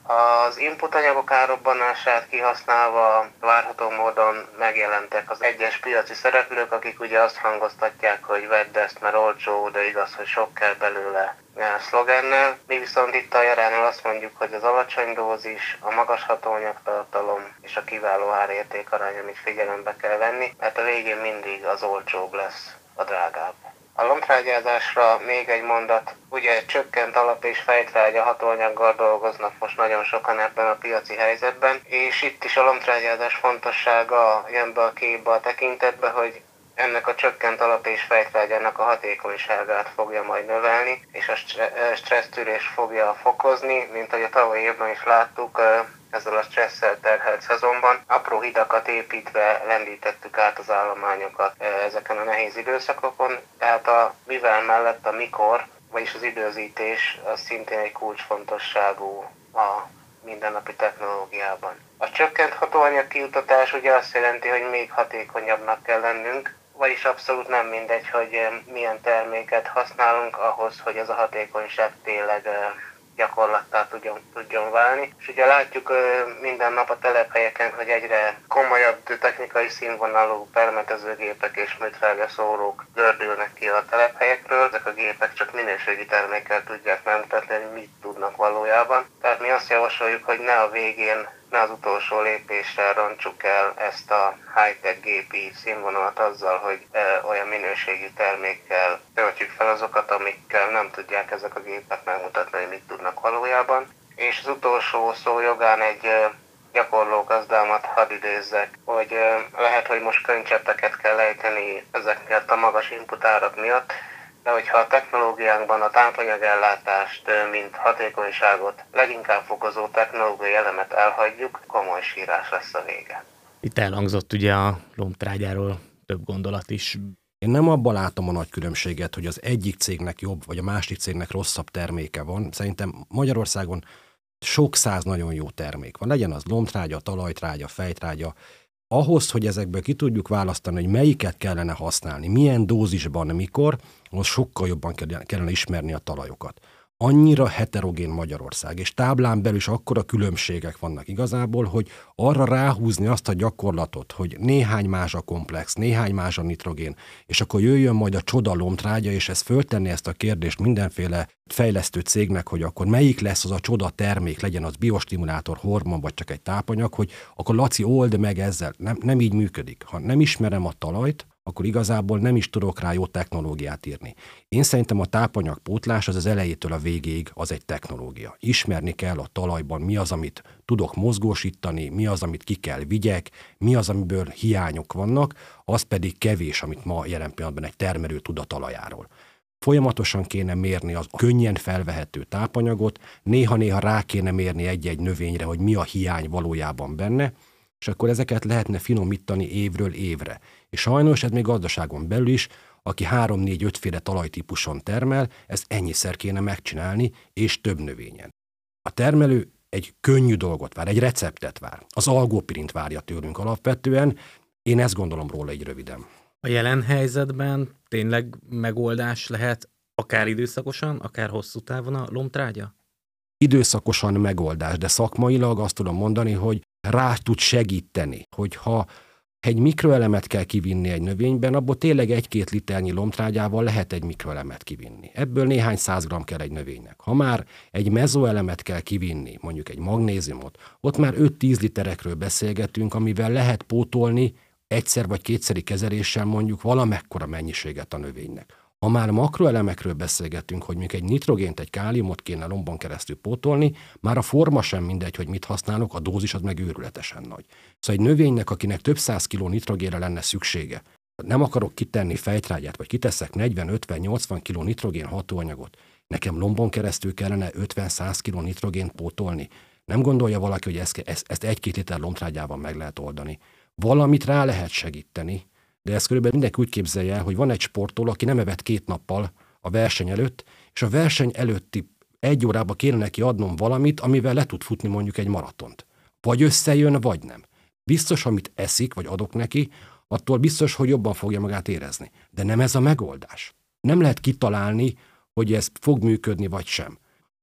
Az input anyagok árrobbanását kihasználva várható módon megjelentek az egyes piaci szereplők, akik ugye azt hangoztatják, hogy vedd ezt, mert olcsó, de igaz, hogy sok kell belőle szlogennel. Mi viszont itt a Jaránál azt mondjuk, hogy az alacsony dózis, a magas hatóanyagtartalom és a kiváló árérték arány, amit figyelembe kell venni, mert a végén mindig az olcsóbb lesz a drágább. A lombtrágyázásra még egy mondat, ugye csökkent alap- és fejtrágya hatóanyaggal dolgoznak most nagyon sokan ebben a piaci helyzetben, és itt is a lombtrágyázás fontossága jön be a képbe a tekintetbe, hogy ennek a csökkent alap- és fejtrágyának a hatékonyságát fogja majd növelni, és a stressztűrést fogja fokozni, mint ahogy a tavalyi évben is láttuk, ezzel a stresszel terhelt szezonban. Apró hidakat építve lendítettük át az állományokat ezeken a nehéz időszakokon, tehát a mivel mellett a mikor, vagyis az időzítés az szintén egy kulcsfontosságú a mindennapi technológiában. A csökkent hatóanyag kijutatás ugye azt jelenti, hogy még hatékonyabbnak kell lennünk, vagyis abszolút nem mindegy, hogy milyen terméket használunk ahhoz, hogy ez a hatékonyság tényleg gyakorlattá tudjon válni. És ugye látjuk minden nap a telephelyeken, hogy egyre komolyabb technikai színvonalú permetezőgépek és műtrágyaszórók gördülnek ki a telephelyekről. Ezek a gépek csak minőségi termékkel tudják megmutatni, hogy mit tudnak valójában. Tehát mi azt javasoljuk, hogy ne a végén, ne az utolsó lépésre rontsuk el ezt a high-tech gépi színvonalat azzal, hogy olyan minőségű termékkel töltjük fel azokat, amikkel nem tudják ezek a gépek megmutatni, hogy mit tudnak valójában. És az utolsó szó jogán egy gyakorló gazdámat hadd idézzek, hogy lehet, hogy most könycseppeket kell ejteni ezeket a magas input árak miatt, de hogyha a technológiánkban a tápanyagellátást, mint hatékonyságot, leginkább fokozó technológiai elemet elhagyjuk, komoly sírás lesz a vége. Itt elhangzott ugye a lombtrágyáról több gondolat is. Én nem abban látom a nagy különbséget, hogy az egyik cégnek jobb, vagy a másik cégnek rosszabb terméke van. Szerintem Magyarországon sok száz nagyon jó termék van. Legyen az lombtrágya, talajtrágya, fejtrágya. Ahhoz, hogy ezekből ki tudjuk választani, hogy melyiket kellene használni, milyen dózisban, mikor, ahhoz sokkal jobban kellene ismerni a talajokat. Annyira heterogén Magyarország, és táblán belül is akkora különbségek vannak igazából, hogy arra ráhúzni azt a gyakorlatot, hogy néhány más a komplex, néhány más a nitrogén, és akkor jöjjön majd a csoda lombtrágya, és ez föltenni ezt a kérdést mindenféle fejlesztő cégnek, hogy akkor melyik lesz az a csoda termék, legyen az biostimulátor, hormon, vagy csak egy tápanyag, hogy akkor Laci, old meg ezzel. Nem így működik. Ha nem ismerem a talajt, akkor igazából nem is tudok rá jó technológiát írni. Én szerintem a tápanyagpótlás az elejétől a végéig az egy technológia. Ismerni kell a talajban, mi az, amit tudok mozgósítani, mi az, amit ki kell vigyek, mi az, amiből hiányok vannak, az pedig kevés, amit ma jelen pillanatban egy termelő tud a talajáról. Folyamatosan kéne mérni az könnyen felvehető tápanyagot, néha-néha rá kéne mérni egy-egy növényre, hogy mi a hiány valójában benne, és akkor ezeket lehetne finomítani évről évre. És sajnos ez még gazdaságon belül is, aki 3-4-5 féle talajtípuson termel, ezt ennyiszer kéne megcsinálni, és több növényen. A termelő egy könnyű dolgot vár, egy receptet vár. Az algopirint várja tőlünk alapvetően, én ezt gondolom róla így röviden. A jelen helyzetben tényleg megoldás lehet akár időszakosan, akár hosszú távon a lombtrágya? Időszakosan megoldás, de szakmailag azt tudom mondani, hogy rá tud segíteni, hogyha egy mikroelemet kell kivinni egy növényben, abból tényleg 1-2 liternyi lombtrágyával lehet egy mikroelemet kivinni. Ebből néhány 100 g kell egy növénynek. Ha már egy mezoelemet kell kivinni, mondjuk egy magnéziumot, ott már 5-10 literekről beszélgetünk, amivel lehet pótolni egyszer vagy kétszeri kezeléssel mondjuk valamekkora mennyiséget a növénynek. Ha már makroelemekről beszélgetünk, hogy mondjuk egy nitrogént, egy káliumot kéne lombon keresztül pótolni, már a forma sem mindegy, hogy mit használok, a dózis az meg őrületesen nagy. Szóval egy növénynek, akinek több 100 kg nitrogénre lenne szüksége, nem akarok kitenni fejtrágyát, vagy kiteszek 40-50-80 kg nitrogén hatóanyagot, nekem lombon keresztül kellene 50-100 kg nitrogént pótolni. Nem gondolja valaki, hogy ezt 1-2 liter lombtrágyával meg lehet oldani. Valamit rá lehet segíteni, de ezt körülbelül mindenki úgy képzelje el, hogy van egy sportoló, aki nem evett 2 nappal a verseny előtt, és a verseny előtti 1 órában kéne neki adnom valamit, amivel le tud futni mondjuk egy maratont. Vagy összejön, vagy nem. Biztos, amit eszik, vagy adok neki, attól biztos, hogy jobban fogja magát érezni. De nem ez a megoldás. Nem lehet kitalálni, hogy ez fog működni, vagy sem.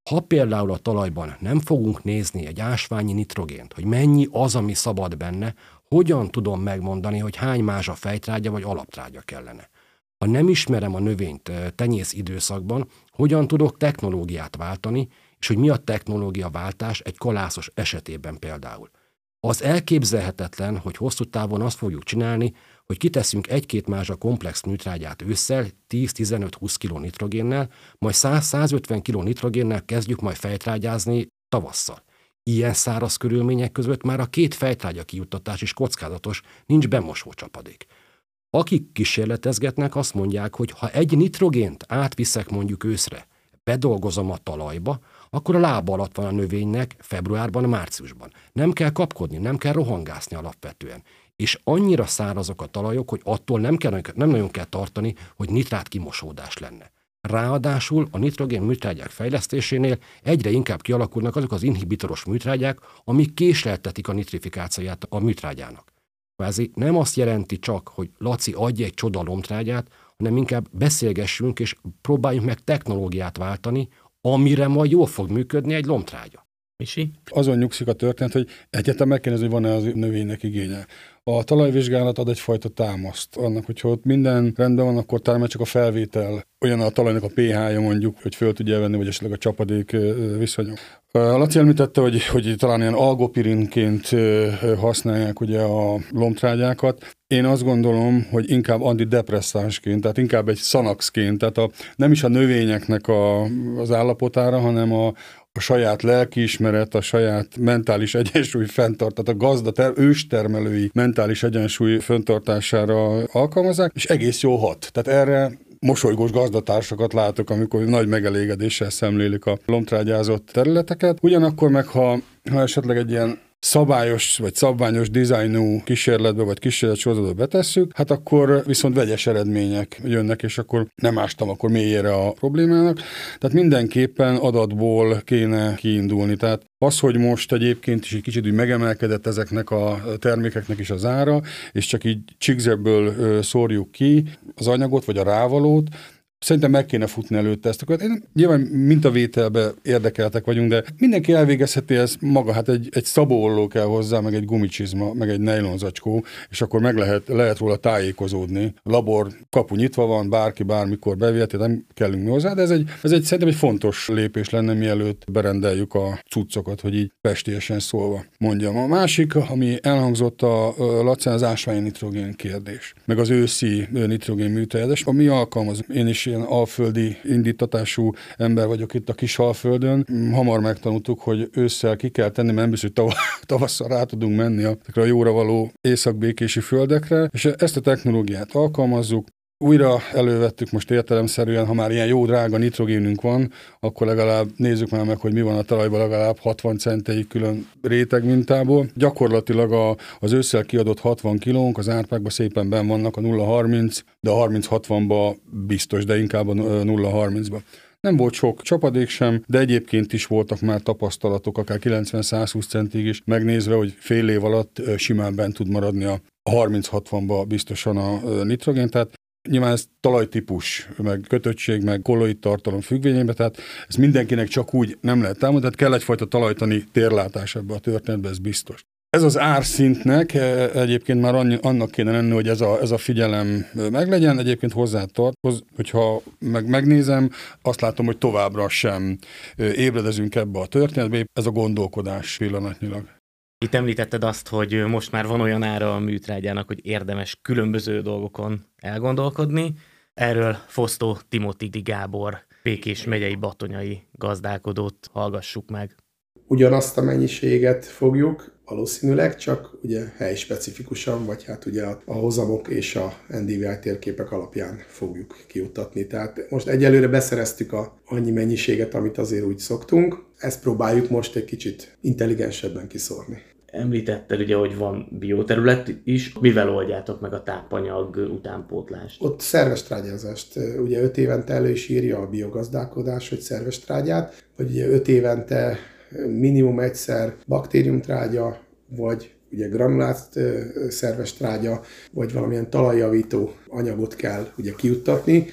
Ha például a talajban nem fogunk nézni egy ásványi nitrogént, hogy mennyi az, ami szabad benne, hogyan tudom megmondani, hogy hány mázsa fejtrágya vagy alaptrágya kellene? Ha nem ismerem a növényt tenyész időszakban, hogyan tudok technológiát váltani, és hogy mi a technológiaváltás egy kalászos esetében például. Az elképzelhetetlen, hogy hosszú távon azt fogjuk csinálni, hogy kiteszünk 1-2 mázsa komplex műtrágyát ősszel 10-15-20 kg nitrogénnel, majd 100-150 kg nitrogénnel kezdjük majd fejtrágyázni tavasszal. Ilyen száraz körülmények között már a 2 fejtrágya kijuttatás is kockázatos, nincs bemosó csapadék. Akik kísérletezgetnek, azt mondják, hogy ha egy nitrogént átviszek mondjuk őszre, bedolgozom a talajba, akkor a lába alatt van a növénynek februárban, márciusban. Nem kell kapkodni, nem kell rohangászni alapvetően. És annyira szárazok a talajok, hogy attól nem nagyon kell tartani, hogy nitrát kimosódás lenne. Ráadásul a nitrogén műtrágyák fejlesztésénél egyre inkább kialakulnak azok az inhibitoros műtrágyák, amik késleltetik a nitrifikációját a műtrágyának. Kvázi nem azt jelenti csak, hogy Laci adj egy csoda lomtrágyát, hanem inkább beszélgessünk és próbáljunk meg technológiát váltani, amire majd jól fog működni egy lomtrágya. Misi? Azon nyugszik a történet, hogy egyetem megkérdezni, hogy van-e az növénynek igénye. A talajvizsgálat ad egyfajta támaszt annak, hogyha ott minden rendben van, akkor talán csak a felvétel olyan a talajnak a pH-ja mondjuk, hogy föl tudja venni, vagy esetleg a csapadék viszonyok. Laci említette, hogy talán ilyen algopirinként használják ugye a lomtrágyákat. Én azt gondolom, hogy inkább antidepresszánsként, tehát inkább egy szanaxként, tehát nem is a növényeknek az állapotára, hanem a saját lelkiismeret, a saját mentális egyensúly fenntartása, a őstermelői mentális egyensúly fenntartására alkalmazzák, és egész jó hat. Tehát erre mosolygós gazdatársakat látok, amikor nagy megelégedéssel szemlélik a lomtrágyázott területeket. Ugyanakkor meg, ha esetleg egy ilyen szabályos vagy szabványos dizájnú kísérletbe vagy kísérletsorozatba betesszük, hát akkor viszont vegyes eredmények jönnek, és akkor nem ástam akkor mélyére a problémának. Tehát mindenképpen adatból kéne kiindulni. Tehát az, hogy most egyébként is egy kicsit úgy megemelkedett ezeknek a termékeknek is az ára, és csak így csigzsebből szórjuk ki az anyagot vagy a rávalót, szerintem meg kéne futni előtte ezt. Én nyilván mintavételbe érdekeltek vagyunk, de mindenki elvégezheti ezt maga, hát egy szabóolló kell hozzá, meg egy gumicsizma, meg egy nejlonzacskó, és akkor meg lehet róla tájékozódni. A labor kapu nyitva van, bárki bármikor beviheti, nem kellünk mi hozzá, de ez szerintem egy fontos lépés lenne, mielőtt berendeljük a cuccokat, hogy így pestélyesen szólva mondjam. A másik, ami elhangzott a Lacán, az ásványi nitrogén kérdés, meg az őszi nitrogén műtrágyázás, ami alkalmaz. Én is ilyen alföldi indítatású ember vagyok itt a kis Alföldön. Hamar megtanultuk, hogy ősszel ki kell tenni, mert nem biztos, hogy tavasszal rá tudunk menni a jóra való északbékési földekre, és ezt a technológiát alkalmazzuk. Újra elővettük most értelemszerűen, ha már ilyen jó drága nitrogénünk van, akkor legalább nézzük már meg, hogy mi van a talajban legalább 60 centeig külön réteg mintából. Gyakorlatilag az ősszel kiadott 60 kilónk, az árpákban szépen benn vannak a 0,30, de a 30-60-ba biztos, de inkább a 0,30-ba. Nem volt sok csapadék sem, de egyébként is voltak már tapasztalatok, akár 90-120 centig is, megnézve, hogy fél év alatt simán bent tud maradni a 30-60-ba biztosan a nitrogén, tehát nyilván ez talajtípus, meg kötöttség, meg kolloid tartalom függvényében, tehát ez mindenkinek csak úgy nem lehet támadni, tehát kell egyfajta talajtani térlátás ebbe a történetbe, ez biztos. Ez az árszintnek egyébként már annak kéne lenni, hogy ez a figyelem meglegyen, egyébként hozzátartoz, hogyha megnézem, azt látom, hogy továbbra sem ébredezünk ebbe a történetbe, ez a gondolkodás pillanatnyilag. Itt említetted azt, hogy most már van olyan ára a műtrágyának, hogy érdemes különböző dolgokon elgondolkodni. Erről Fosztó Timothy Gábor, Békés megyei batonyai gazdálkodót hallgassuk meg. Ugyanazt a mennyiséget fogjuk, valószínűleg, csak ugye helyspecifikusan, vagy hát ugye a hozamok és a NDVI térképek alapján fogjuk kijuttatni. Tehát most egyelőre beszereztük annyi mennyiséget, amit azért úgy szoktunk, ezt próbáljuk most egy kicsit intelligensebben kiszórni. Említetted ugye, hogy van bioterület is. Mivel oldjátok meg a tápanyag utánpótlást? Ott szerves trágyázást, ugye 5 évente elő is írja a biogazdálkodás, hogy szerves trágyát, vagy ugye 5 évente minimum egyszer baktériumtrágya, vagy ugye granulált szerves trágya, vagy valamilyen talajjavító anyagot kell ugye kijuttatni.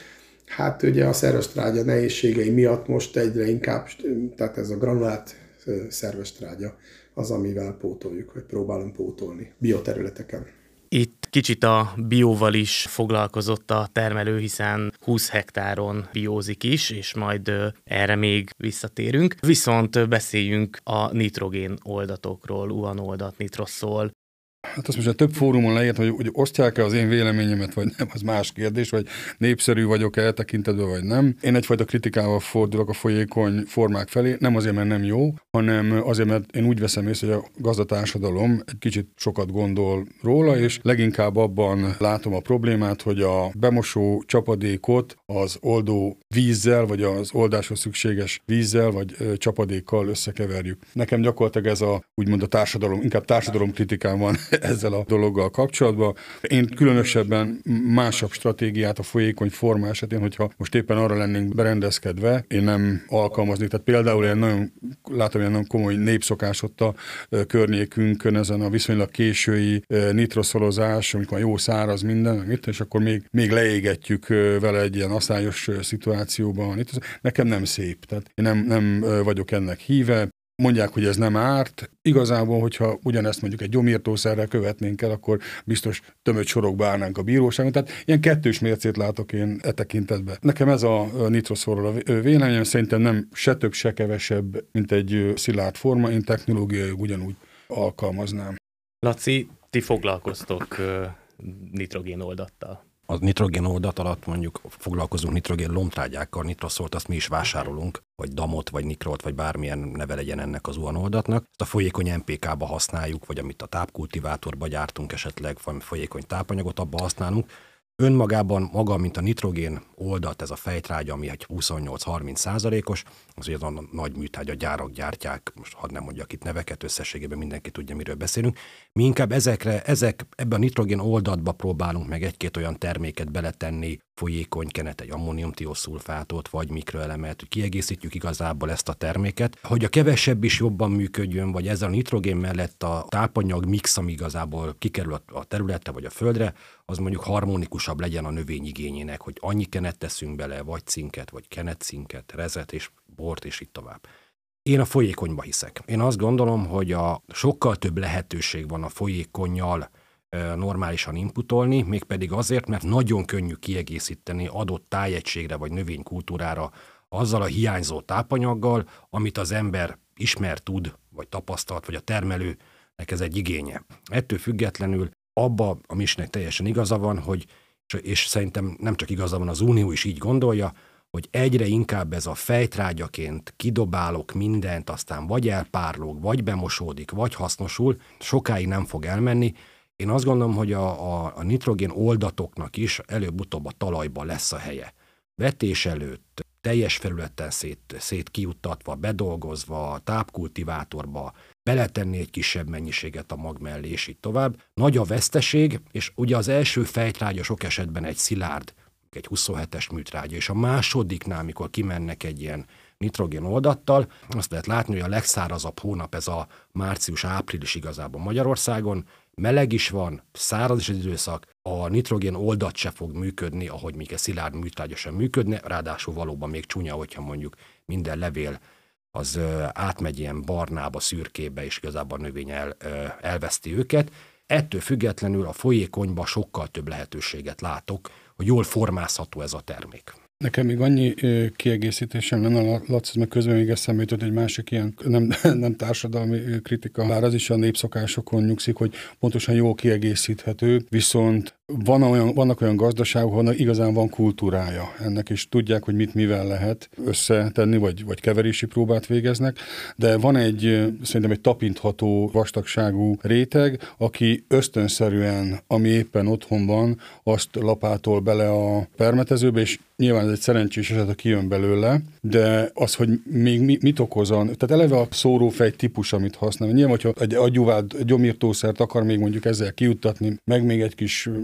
Hát ugye a szerves trágya nehézségei miatt most egyre inkább, tehát ez a granulált szerves trágya az, amivel pótoljuk, vagy próbálunk pótolni bioterületeken. Itt kicsit a bióval is foglalkozott a termelő, hiszen 20 hektáron biózik is, és majd erre még visszatérünk. Viszont beszéljünk a nitrogén oldatokról, UAN oldat, nitroszol. Hát azt most a több fórumon leírt, hogy osztják-e az én véleményemet, vagy nem, az más kérdés, vagy népszerű vagyok-e eltekintetben, vagy nem. Én egyfajta kritikával fordulok a folyékony formák felé, nem azért, mert nem jó, hanem azért, mert én úgy veszem észre, hogy a gazdatársadalom egy kicsit sokat gondol róla, és leginkább abban látom a problémát, hogy a bemosó csapadékot az oldó vízzel, vagy az oldáshoz szükséges vízzel, vagy csapadékkal összekeverjük. Nekem gyakorlatilag ez a, úgymond a társadalom, inkább társadalomkritikám van ezzel a dologgal kapcsolatban. Én különösebben másabb stratégiát a folyékony forma esetén, hogyha most éppen arra lennénk berendezkedve, én nem alkalmaznék. Tehát például látom ilyen nagyon komoly népszokás ott a környékünkön, ezen a viszonylag késői nitroszolozás, amikor jó száraz minden, és akkor még leégetjük vele egy ilyen aszályos szituációban. Nekem nem szép, tehát én nem vagyok ennek híve. Mondják, hogy ez nem árt. Igazából, hogyha ugyanezt mondjuk egy gyomírtószerrel követnénk el, akkor biztos tömött sorokba állnánk a bíróságon. Tehát ilyen kettős mércét látok én e tekintetben. Nekem ez a nitroszorról a véleményem, szerintem nem se több, se kevesebb, mint egy szilárd forma. Én technológiai ugyanúgy alkalmaznám. Laci, ti foglalkoztok nitrogén oldattal. A nitrogén oldat alatt mondjuk foglalkozunk nitrogén lomtrágyákkal, nitroszolt, azt mi is vásárolunk, vagy damot, vagy nikrolt, vagy bármilyen neve legyen ennek az UAN oldatnak. Ezt a folyékony NPK-ba használjuk, vagy amit a tápkultivátorba gyártunk esetleg, vagy folyékony tápanyagot abba használunk. Önmagában maga, mint a nitrogén oldat, ez a fejtrágya, ami egy 28-30%-os, az ugye a nagy műtrágya gyárak gyártják, most hadd nem mondjak itt neveket, összességében mindenki tudja, miről beszélünk. Mi inkább ebbe a nitrogén oldatba próbálunk meg egy-két olyan terméket beletenni, folyékony kenet, egy ammóniumtioszulfátot, vagy mikroelemet, hogy kiegészítjük igazából ezt a terméket, hogy a kevesebb is jobban működjön, vagy ezzel a nitrogén mellett a tápanyag mix, ami igazából kikerül a területre, vagy a földre, az mondjuk harmonikusabb legyen a növény igényének, hogy annyi kenet teszünk bele, vagy cinket, vagy kenetcinket, rezet és bort, és így tovább. Én a folyékonyba hiszek. Én azt gondolom, hogy sokkal több lehetőség van a folyékonnyal normálisan inputolni, mégpedig azért, mert nagyon könnyű kiegészíteni adott tájegységre vagy növénykultúrára azzal a hiányzó tápanyaggal, amit az ember ismer, tud, vagy tapasztalt, vagy a termelőnek ez egy igénye. Ettől függetlenül abba a Misnek teljesen igaza van, hogy, és szerintem nem csak igaza van, az Unió is így gondolja, hogy egyre inkább ez a fejtrágyaként kidobálok mindent, aztán vagy elpárlog, vagy bemosódik, vagy hasznosul, sokáig nem fog elmenni. Én azt gondolom, hogy a nitrogén oldatoknak is előbb-utóbb a talajban lesz a helye. Vetés előtt, teljes felületen szét kijuttatva, bedolgozva, tápkultivátorba, beletenni egy kisebb mennyiséget a mag mellé, és így tovább. Nagy a veszteség, és ugye az első fejtrágya sok esetben egy szilárd, egy 27-es műtrágya, és a másodiknál, amikor kimennek egy ilyen nitrogén oldattal, azt lehet látni, hogy a legszárazabb hónap ez a március-április igazából Magyarországon, meleg is van, száraz is az időszak, a nitrogén oldat se fog működni, ahogy még egy szilárd műtrágya sem működne, ráadásul valóban még csúnya, hogyha mondjuk minden levél az átmegy ilyen barnába, szürkébe, és igazából a növény elveszti őket. Ettől függetlenül a folyékonyba sokkal több lehetőséget látok, hogy jól formázható ez a termék. Nekem még annyi kiegészítésem lenne, Laci, meg közben még eszembe jutott egy másik ilyen nem társadalmi kritika, bár az is a népszokásokon nyugszik, hogy pontosan jól kiegészíthető, viszont vannak olyan gazdaságok, ahol igazán van kultúrája ennek, és tudják, hogy mit mivel lehet összetenni, vagy keverési próbát végeznek, de van szerintem egy tapintható vastagságú réteg, aki ösztönszerűen, ami éppen otthon van, azt lapátol bele a permetezőbe, és nyilván ez egy szerencsés eset, ha kijön belőle, de az, hogy még mit okozon, tehát eleve a szórófej típus, amit használ. Nyilván, hogyha egy agyúvált gyomírtószert akar még mondjuk ezzel kijuttatni, meg még egy kis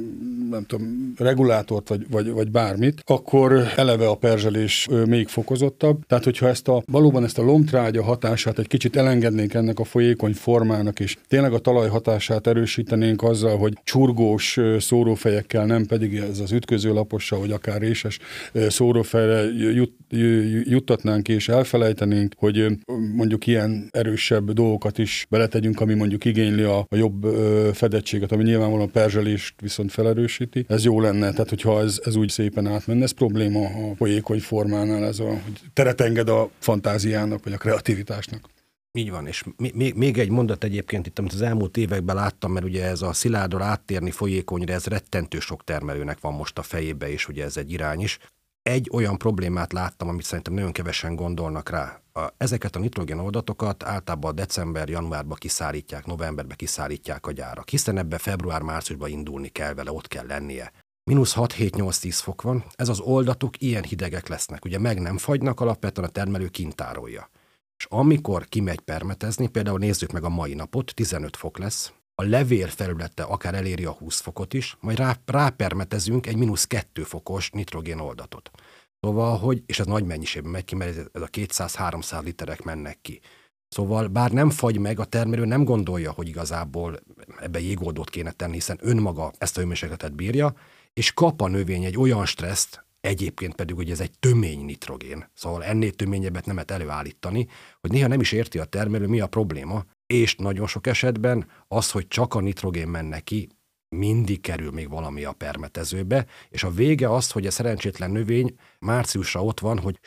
nem tudom, regulátort vagy bármit, akkor eleve a perzselés még fokozottabb. Tehát, hogyha valóban ezt a lombtrágya hatását egy kicsit elengednénk ennek a folyékony formának, és tényleg a talaj hatását erősítenénk azzal, hogy csurgós szórófejekkel, nem pedig ez az ütközőlapossal, vagy akár réses szórófejre juttatnánk és elfelejtenénk, hogy mondjuk ilyen erősebb dolgokat is beletegyünk, ami mondjuk igényli a jobb fedettséget, ami nyilvánvalóan a perzselést viszont felerősíti. Ez jó lenne, tehát hogyha ez úgy szépen átmenne, ez probléma a folyékony formánál, hogy teret enged a fantáziának, vagy a kreativitásnak. Így van, és még egy mondat egyébként itt, amit az elmúlt években láttam, mert ugye ez a szilárdra áttérni folyékonyra, ez rettentő sok termelőnek van most a fejébe, és ugye ez egy irány is. Egy olyan problémát láttam, amit szerintem nagyon kevesen gondolnak rá. Ezeket a nitrogénoldatokat általában december-januárban kiszállítják, novemberben kiszállítják a gyárak, hiszen ebbe február-márciusban indulni kell vele, ott kell lennie. -6-7-8-10 fok van, ez az oldatok ilyen hidegek lesznek, ugye meg nem fagynak, alapvetően a termelő kintárolja. És amikor kimegy permetezni, például nézzük meg a mai napot, 15 fok lesz, a levél felülete akár eléri a 20 fokot is, majd rápermetezünk egy -2 fokos nitrogénoldatot. Szóval, és ez nagy mennyiségben megy ki, mert ez a 200-300 literek mennek ki. Szóval bár nem fagy meg, a termelő nem gondolja, hogy igazából ebbe jégoldót kéne tenni, hiszen önmaga ezt a hőmérsékletet bírja, és kap a növény egy olyan stresszt, egyébként pedig ugye ez egy tömény nitrogén, szóval ennél töményebbet nem lehet előállítani, hogy néha nem is érti a termelő, mi a probléma, és nagyon sok esetben az, hogy csak a nitrogén menne ki, mindig kerül még valami a permetezőbe, és a vége az, hogy a szerencsétlen növény márciusra ott van, hogy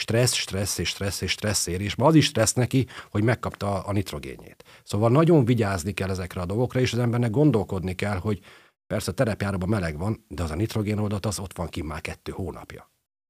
stressz ér, és az is stressz neki, hogy megkapta a nitrogénjét. Szóval nagyon vigyázni kell ezekre a dolgokra, és az embernek gondolkodni kell, hogy persze a terepjárában meleg van, de az a nitrogénoldat az ott van ki már 2 hónapja.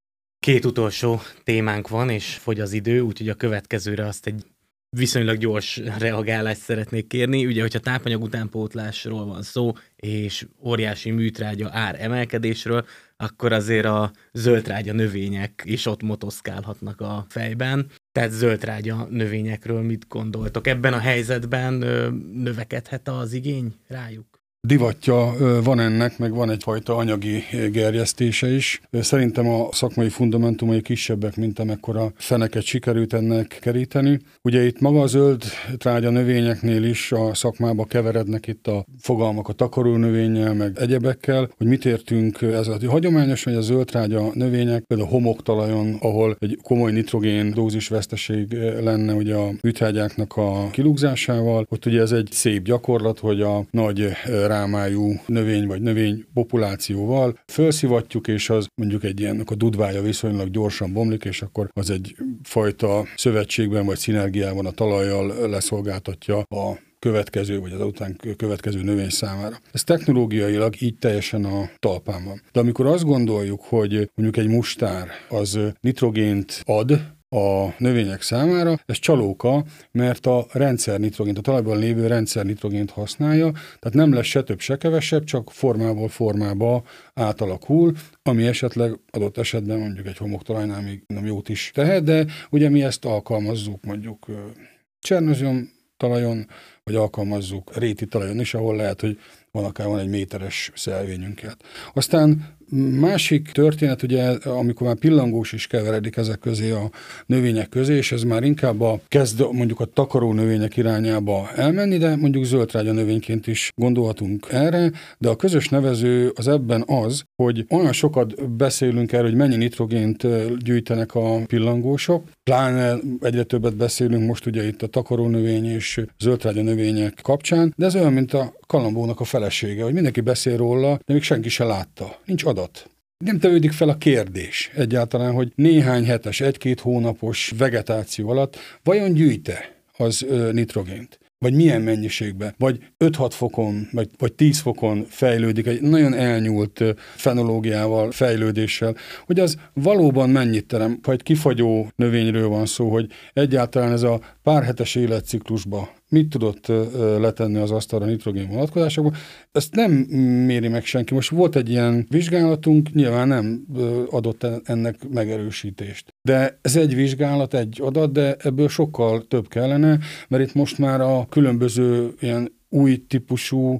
2 utolsó témánk van, és fogy az idő, úgyhogy a következőre azt egy viszonylag gyors reagálást szeretnék kérni. Ugye, hogyha tápanyag utánpótlásról van szó, és óriási műtrágya ár emelkedésről, akkor azért a zöldtrágya növények is ott motoszkálhatnak a fejben. Tehát zöldtrágya növényekről mit gondoltok? Ebben a helyzetben növekedhet az igény rájuk? Divatja van ennek, meg van egyfajta anyagi gerjesztése is. Szerintem a szakmai fundamentumai kisebbek, mint amekkora feneket sikerült ennek keríteni. Ugye itt maga a zöld trágya növényeknél is a szakmába keverednek itt a fogalmak a takarónövénnyel, meg egyebekkel, hogy mit értünk ezzel. Hagyományos, hogy a zöld trágya növények, például homoktalajon, ahol egy komoly nitrogén dózisveszteség lenne ugye a műtrágyáknak a kilugzásával, ott ugye ez egy szép gyakorlat, hogy a nagy rámájú növény vagy növény populációval felszivatjuk, és az mondjuk egy ilyennek a dudvája viszonylag gyorsan bomlik, és akkor az egy fajta szövetségben vagy szinergiában a talajjal leszolgáltatja a következő, vagy az után következő növény számára. Ez technológiailag így teljesen a talpán van. De amikor azt gondoljuk, hogy mondjuk egy mustár az nitrogént ad a növények számára, ez csalóka, mert a rendszernitrogént, a talajban lévő rendszernitrogént használja, tehát nem lesz se több, se kevesebb, csak formából formába átalakul, ami esetleg adott esetben mondjuk egy homoktalajnál még nem jót is tehet, de ugye mi ezt alkalmazzuk mondjuk csernozom talajon, vagy alkalmazzuk réti talajon is, ahol lehet, hogy van egy méteres szelvényünket. Aztán másik történet, ugye, amikor már pillangós is keveredik ezek közé a növények közé, és ez már inkább kezd mondjuk a takaró növények irányába elmenni, de mondjuk zöldtrágya növényként is gondolhatunk erre, de a közös nevező az ebben az, hogy olyan sokat beszélünk erről, hogy mennyi nitrogént gyűjtenek a pillangósok, pláne egyre többet beszélünk most ugye itt a takaró növény és zöldtrágya növények kapcsán, de ez olyan, mint a kalambónak a felesége, hogy mindenki beszél róla, de még senki se látta. Nincs adat. Nem tevődik fel a kérdés egyáltalán, hogy néhány hetes, 1-2 hónapos vegetáció alatt vajon gyűjte az nitrogént? Vagy milyen mennyiségben? Vagy 5-6 fokon, vagy 10 fokon fejlődik egy nagyon elnyúlt fenológiával, fejlődéssel, hogy az valóban mennyit terem, ha egy kifagyó növényről van szó, hogy egyáltalán ez a pár hetes életciklusba mit tudott letenni az asztalra nitrogén vonatkozásokban, ezt nem méri meg senki. Most volt egy ilyen vizsgálatunk, nyilván nem adott ennek megerősítést. De ez egy vizsgálat, egy adat, de ebből sokkal több kellene, mert itt most már a különböző ilyen új típusú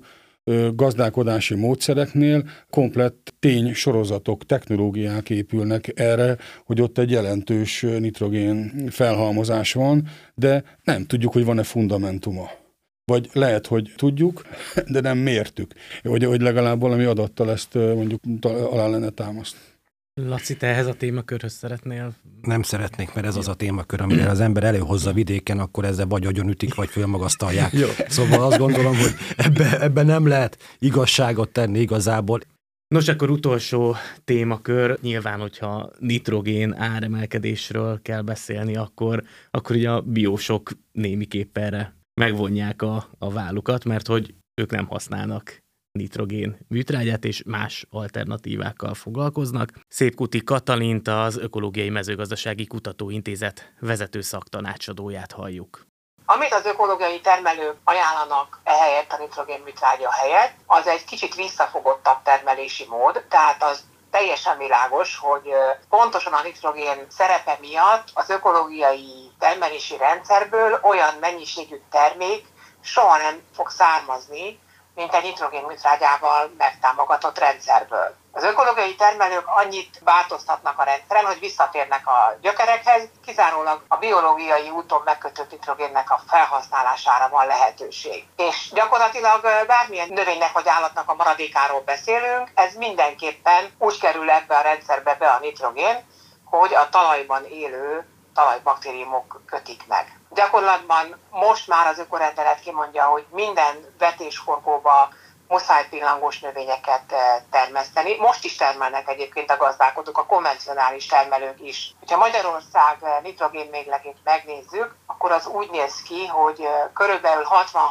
gazdálkodási módszereknél komplett ténysorozatok, technológiák épülnek erre, hogy ott egy jelentős nitrogén felhalmozás van, de nem tudjuk, hogy van-e fundamentuma. Vagy lehet, hogy tudjuk, de nem mértük, hogy legalább valami adattal ezt mondjuk alá lenne támaszt. Laci, te ehhez a témakörhöz szeretnél? Nem szeretnék, mert ez az a témakör, amire az ember előhozza vidéken, akkor ezzel vagy agyonütik, vagy fölmagasztalják. Szóval azt gondolom, hogy ebbe nem lehet igazságot tenni igazából. Nos, akkor utolsó témakör, nyilván, hogyha nitrogén áremelkedésről kell beszélni, akkor ugye a biósok némiképp erre megvonják a vállukat, mert hogy ők nem használnak nitrogén műtrágyát, és más alternatívákkal foglalkoznak. Szépkuti Katalint, az Ökológiai Mezőgazdasági Kutatóintézet vezető szaktanácsadóját halljuk. Amit az ökológiai termelők ajánlanak ehelyett, a nitrogén műtrágya helyett, az egy kicsit visszafogottabb termelési mód, tehát az teljesen világos, hogy pontosan a nitrogén szerepe miatt az ökológiai termelési rendszerből olyan mennyiségű termék soha nem fog származni, mint egy nitrogén műtrágyával megtámogatott rendszerből. Az ökológiai termelők annyit változtatnak a rendszeren, hogy visszatérnek a gyökerekhez, kizárólag a biológiai úton megkötött nitrogénnek a felhasználására van lehetőség. És gyakorlatilag bármilyen növénynek vagy állatnak a maradékáról beszélünk, ez mindenképpen úgy kerül ebbe a rendszerbe be a nitrogén, hogy a talajban élő talajbaktériumok kötik meg. Gyakorlatban most már az ökorendelet kimondja, hogy minden vetésforgóba muszáj pillangós növényeket termeszteni. Most is termelnek egyébként a gazdálkodók, a konvencionális termelők is. Ha Magyarország nitrogén mérlegét megnézzük, akkor az úgy néz ki, hogy körülbelül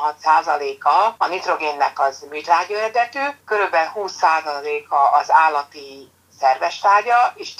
66%-a a nitrogénnek az műtrágya eredetű, körülbelül 20%-a az állati szerves trágya, és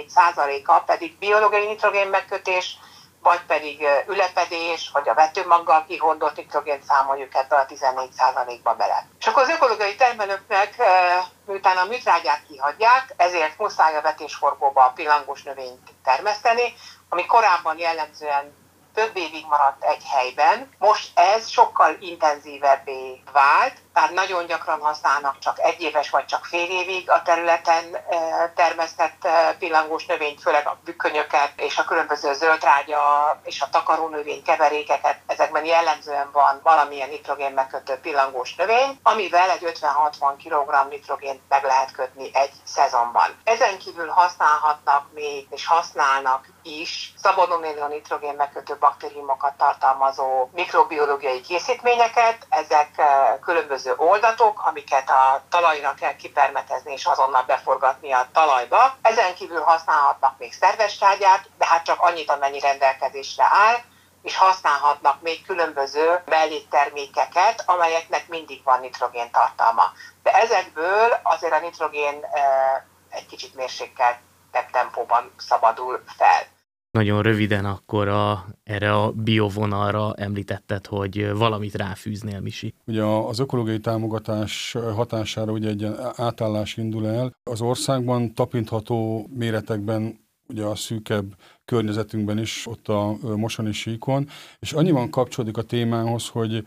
14%-a pedig biológiai nitrogén megkötés, vagy pedig ülepedés, vagy a vetőmaggal kihordott nitrogént számoljuk ebbe a 14%-ba bele. És akkor az ökológiai termelőknek, miután a műtrágyát kihagyják, ezért muszáj a vetésforgóba a pillangós növényt termeszteni, ami korábban jellemzően több évig maradt egy helyben. Most ez sokkal intenzívebbé vált, tehát nagyon gyakran használnak csak egyéves vagy csak fél évig a területen termesztett pillangós növényt, főleg a bükkönyöket és a különböző zöldtrágya és a takarónövény keverékeket. Ezekben jellemzően van valamilyen nitrogén megkötő pillangós növény, amivel egy 50-60 kg nitrogént meg lehet kötni egy szezonban. Ezen kívül használhatnak még és használnak is szabadon élő nitrogén megkötő baktériumokat tartalmazó mikrobiológiai készítményeket. Ezek különböző oldatok, amiket a talajra kell kipermetezni és azonnal beforgatni a talajba. Ezen kívül használhatnak még szerves trágyát, de hát csak annyit, amennyi rendelkezésre áll, és használhatnak még különböző melléktermékeket, amelyeknek mindig van nitrogén tartalma. De ezekből azért a nitrogén egy kicsit mérsékeltebb tempóban szabadul fel. Nagyon röviden akkor erre a biovonalra említetted, hogy valamit ráfűznél, Misi. Ugye az ökológiai támogatás hatására ugye egy átállás indul el. Az országban tapintható méretekben, ugye a szűkebb környezetünkben is, ott a mosoni síkon, és annyiban kapcsolódik a témához, hogy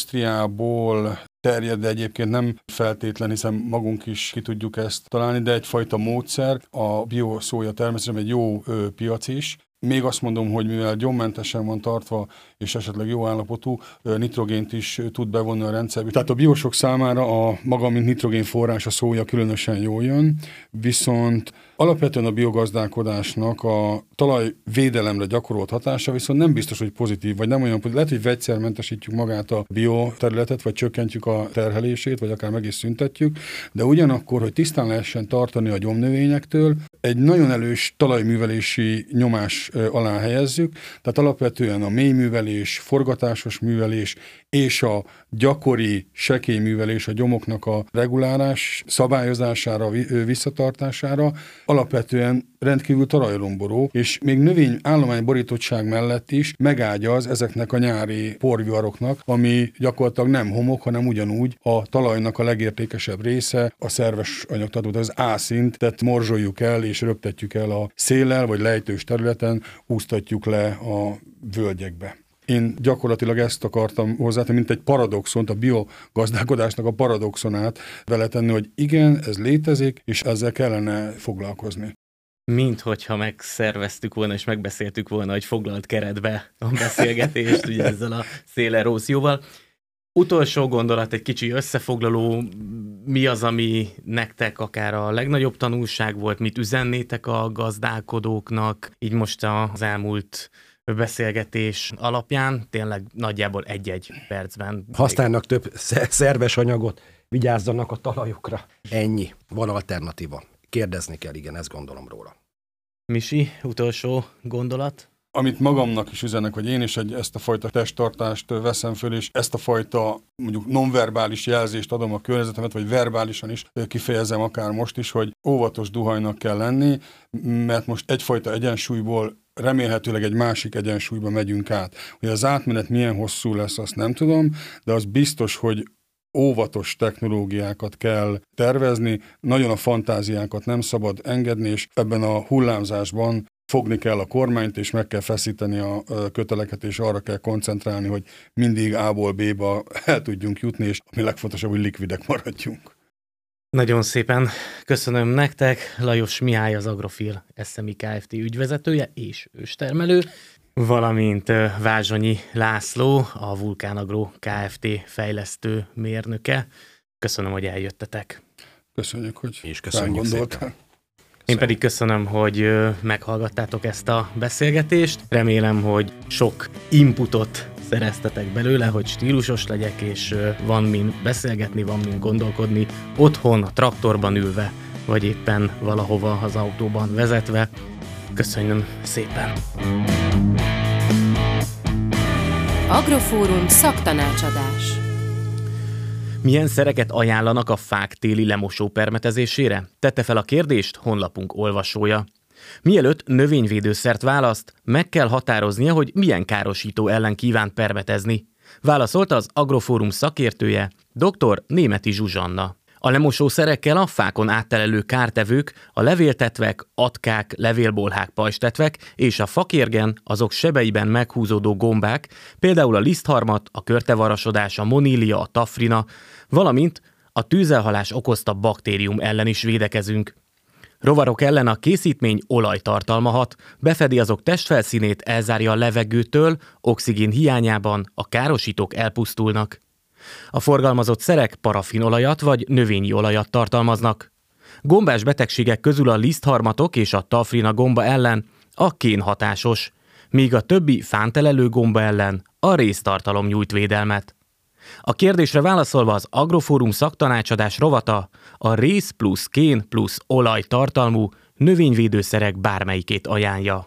Ausztriából terjed, de egyébként nem feltétlen, hiszen magunk is ki tudjuk ezt találni, de egyfajta módszer, a bioszója természetesen egy jó piac is. Még azt mondom, hogy mivel gyommentesen van tartva, és esetleg jó állapotú, nitrogént is tud bevonni a rendszerbe. Tehát a biósok számára a maga, mint nitrogén forrás, a szója különösen jól jön, viszont alapvetően a biogazdálkodásnak a talajvédelemre gyakorolt hatása viszont nem biztos, hogy pozitív, vagy nem olyan pozitív. Lehet, hogy vegyszermentesítjük magát a bioterületet, vagy csökkentjük a terhelését, vagy akár meg is szüntetjük, de ugyanakkor, hogy tisztán lehessen tartani a gyomnövényektől, egy nagyon erős talajművelési nyomás alá helyezzük, tehát alapvetően a mélyművelés, forgatásos művelés és a gyakori sekélyművelés a gyomoknak a regulálás, szabályozására, visszatartására alapvetően rendkívül talajromboló, és még növényállomány borítottság mellett is megágyaz ezeknek a nyári porviharoknak, ami gyakorlatilag nem homok, hanem ugyanúgy a talajnak a legértékesebb része, a szerves anyagtartó, az A-szintet morzsoljuk el és röptetjük el a széllel, vagy lejtős területen úsztatjuk le a völgyekbe. Én gyakorlatilag ezt akartam hozzátenni, mint egy paradoxont, a biogazdálkodásnak a paradoxonát vele tenni, hogy igen, ez létezik, és ezzel kellene foglalkozni. Mint hogyha megszerveztük volna, és megbeszéltük volna, hogy foglalt keretbe a beszélgetést, ugye ezzel a szélerózióval. Utolsó gondolat, egy kicsi összefoglaló, mi az, ami nektek akár a legnagyobb tanulság volt, mit üzennétek a gazdálkodóknak, így most az elmúlt beszélgetés alapján, tényleg nagyjából egy-egy percben. Használnak több szerves anyagot, vigyázzanak a talajukra. Ennyi. Van alternatíva. Kérdezni kell, igen, ezt gondolom róla. Misi, utolsó gondolat? Amit magamnak is üzenek, hogy én is ezt a fajta testtartást veszem föl, és ezt a fajta mondjuk nonverbális jelzést adom a környezetemet, vagy verbálisan is kifejezem akár most is, hogy óvatos duhajnak kell lenni, mert most egyfajta egyensúlyból remélhetőleg egy másik egyensúlyba megyünk át. Hogy az átmenet milyen hosszú lesz, azt nem tudom, de az biztos, hogy óvatos technológiákat kell tervezni, nagyon a fantáziákat nem szabad engedni, és ebben a hullámzásban fogni kell a kormányt, és meg kell feszíteni a köteleket, és arra kell koncentrálni, hogy mindig A-ból B-ba el tudjunk jutni, és ami legfontosabb, hogy likvidek maradjunk. Nagyon szépen köszönöm nektek. Lajos Mihály, az Agrofil SMI Kft. Ügyvezetője és őstermelő, valamint Vázsonyi László, a Vulkán Agro Kft. Fejlesztő mérnöke. Köszönöm, hogy eljöttetek. Köszönjük, hogy és köszönjük szépen. Én pedig köszönöm, hogy meghallgattátok ezt a beszélgetést. Remélem, hogy sok inputot szereztetek belőle, hogy stílusos legyek, és van min beszélgetni, van min gondolkodni otthon, a traktorban ülve, vagy éppen valahova az autóban vezetve. Köszönöm szépen! Agrofórum szaktanácsadás. Milyen szereket ajánlanak a fák téli lemosó permetezésére? Tette fel a kérdést honlapunk olvasója. Mielőtt növényvédőszert választ, meg kell határoznia, hogy milyen károsító ellen kíván permetezni. Válaszolta az Agrofórum szakértője, dr. Németi Zsuzsanna. A lemosószerekkel a fákon áttelelő kártevők, a levéltetvek, atkák, levélbolhák, pajzstetvek és a fakérgen, azok sebeiben meghúzódó gombák, például a lisztharmat, a körtevarasodás, a monília, a tafrina, valamint a tűzelhalás okozta baktérium ellen is védekezünk. Rovarok ellen a készítmény olajtartalma hat, befedi azok testfelszínét, elzárja a levegőtől, oxigén hiányában a károsítók elpusztulnak. A forgalmazott szerek parafinolajat vagy növényi olajat tartalmaznak. Gombás betegségek közül a lisztharmatok és a tafrina gomba ellen a kén hatásos, míg a többi fántelelő gomba ellen a réztartalom nyújt védelmet. A kérdésre válaszolva az Agrofórum szaktanácsadás rovata a réz plusz kén plusz olaj tartalmú növényvédőszerek bármelyikét ajánlja.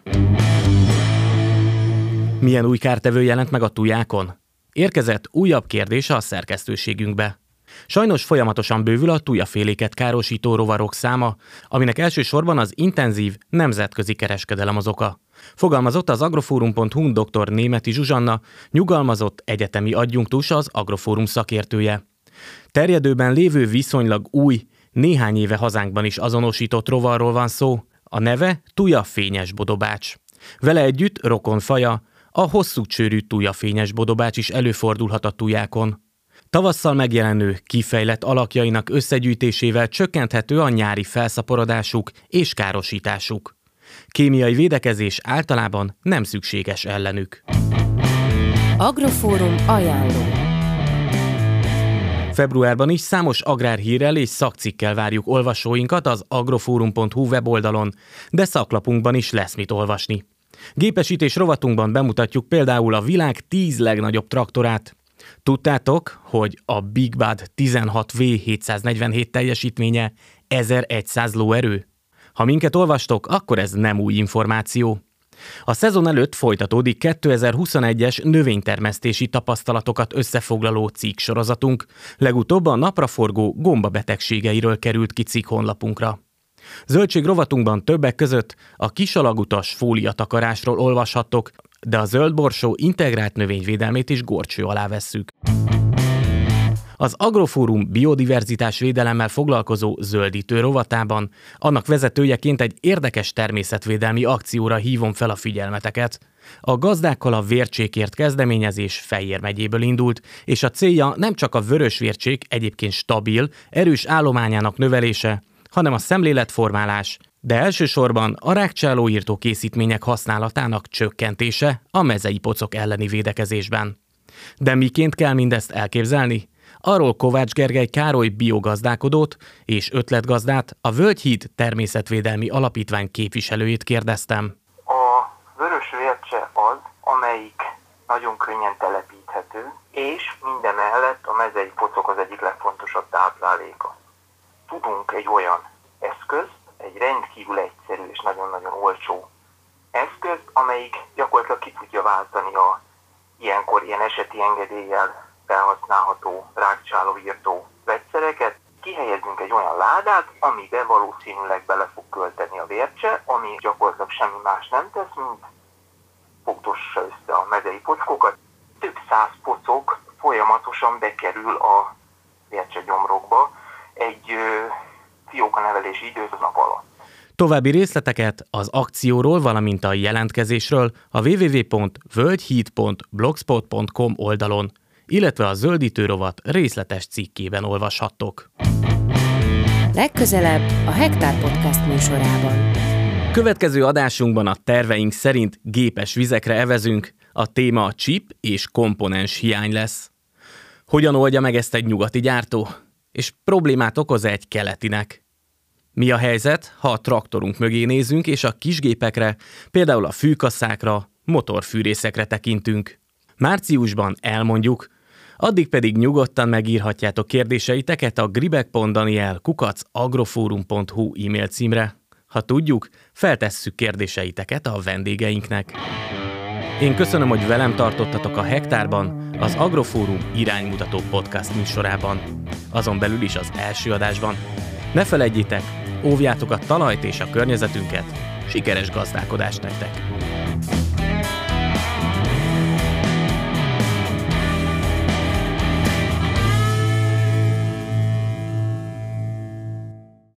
Milyen új kártevő jelent meg a tujákon? Érkezett újabb kérdése a szerkesztőségünkbe. Sajnos folyamatosan bővül a tujaféléket károsító rovarok száma, aminek elsősorban az intenzív nemzetközi kereskedelem az oka. Fogalmazott az agrofórum.hu dr. Németi Zsuzsanna, nyugalmazott egyetemi adjunktus, az Agrofórum szakértője. Terjedőben lévő viszonylag új, néhány éve hazánkban is azonosított rovarról van szó. A neve tujafényes bodobács. Vele együtt rokonfaja, a hosszú csőrű tujafényes bodobács is előfordulhat a tujákon. Tavasszal megjelenő, kifejlett alakjainak összegyűjtésével csökkenthető a nyári felszaporodásuk és károsításuk. Kémiai védekezés általában nem szükséges ellenük. Agrofórum ajánló. Februárban is számos agrárhírrel és szakcikkel várjuk olvasóinkat az agrofórum.hu weboldalon, de szaklapunkban is lesz mit olvasni. Gépesítés rovatunkban bemutatjuk például a világ 10 legnagyobb traktorát. Tudtátok, hogy a Big Bad 16V 747 teljesítménye 1100 lóerő? Ha minket olvastok, akkor ez nem új információ. A szezon előtt folytatódik 2021-es növénytermesztési tapasztalatokat összefoglaló cikksorozatunk, legutóbb a napraforgó gombabetegségeiről került ki cikk honlapunkra. Zöldség rovatunkban többek között a kisalagutas fóliatakarásról olvashattok, de a zöldborsó integrált növényvédelmét is górcső alá vesszük. Az Agrofórum biodiverzitás védelemmel foglalkozó zöldítő rovatában annak vezetőjeként egy érdekes természetvédelmi akcióra hívom fel a figyelmeteket. A Gazdákkal a Vércsékért kezdeményezés Fejér megyéből indult, és a célja nem csak a vörösvércsék egyébként stabil, erős állományának növelése, hanem a szemléletformálás, de elsősorban a rákcsálóírtó készítmények használatának csökkentése a mezei pocok elleni védekezésben. De miként kell mindezt elképzelni? Arról Kovács Gergely Károly biogazdálkodót és ötletgazdát, a Völgyhíd Természetvédelmi Alapítvány képviselőjét kérdeztem. A vörösvércse az, amelyik nagyon könnyen telepíthető, és mindemellett a mezei pocok az egyik legfontosabb tápláléka. Tudunk egy olyan eszközt, egy rendkívül egyszerű és nagyon-nagyon olcsó eszközt, amelyik gyakorlatilag ki tudja váltani a ilyenkor ilyen eseti engedéllyel felhasználható rákcsálóírtó vegyszereket. Kihelyezünk egy olyan ládát, amiben valószínűleg bele fog költeni a vércse, ami gyakorlatilag semmi más nem tesz, mint fogdossa össze a mezei pockokat. Több száz pocok folyamatosan bekerül a vércsegyomrokba egy fiókanevelési időszak alatt. További részleteket az akcióról, valamint a jelentkezésről a www.völgyhíd.blogspot.com oldalon, illetve a Zöldítő rovat részletes cikkében olvashattok. Legközelebb a Hektár Podcast műsorában. Következő adásunkban a terveink szerint gépes vizekre evezünk, a téma a chip és komponens hiány lesz. Hogyan oldja meg ezt egy nyugati gyártó? És problémát okoz egy keletinek? Mi a helyzet, ha a traktorunk mögé nézünk, és a kisgépekre, például a fűkasszákra, motorfűrészekre tekintünk? Márciusban elmondjuk, addig pedig nyugodtan megírhatjátok kérdéseiteket a gribek.daniel@agroforum.hu e-mail címre. Ha tudjuk, feltesszük kérdéseiteket a vendégeinknek. Én köszönöm, hogy velem tartottatok a Hektárban, az Agrofórum iránymutató podcast műsorában. Azon belül is az első adásban. Ne feledjétek, óvjátok a talajt és a környezetünket, sikeres gazdálkodást nektek!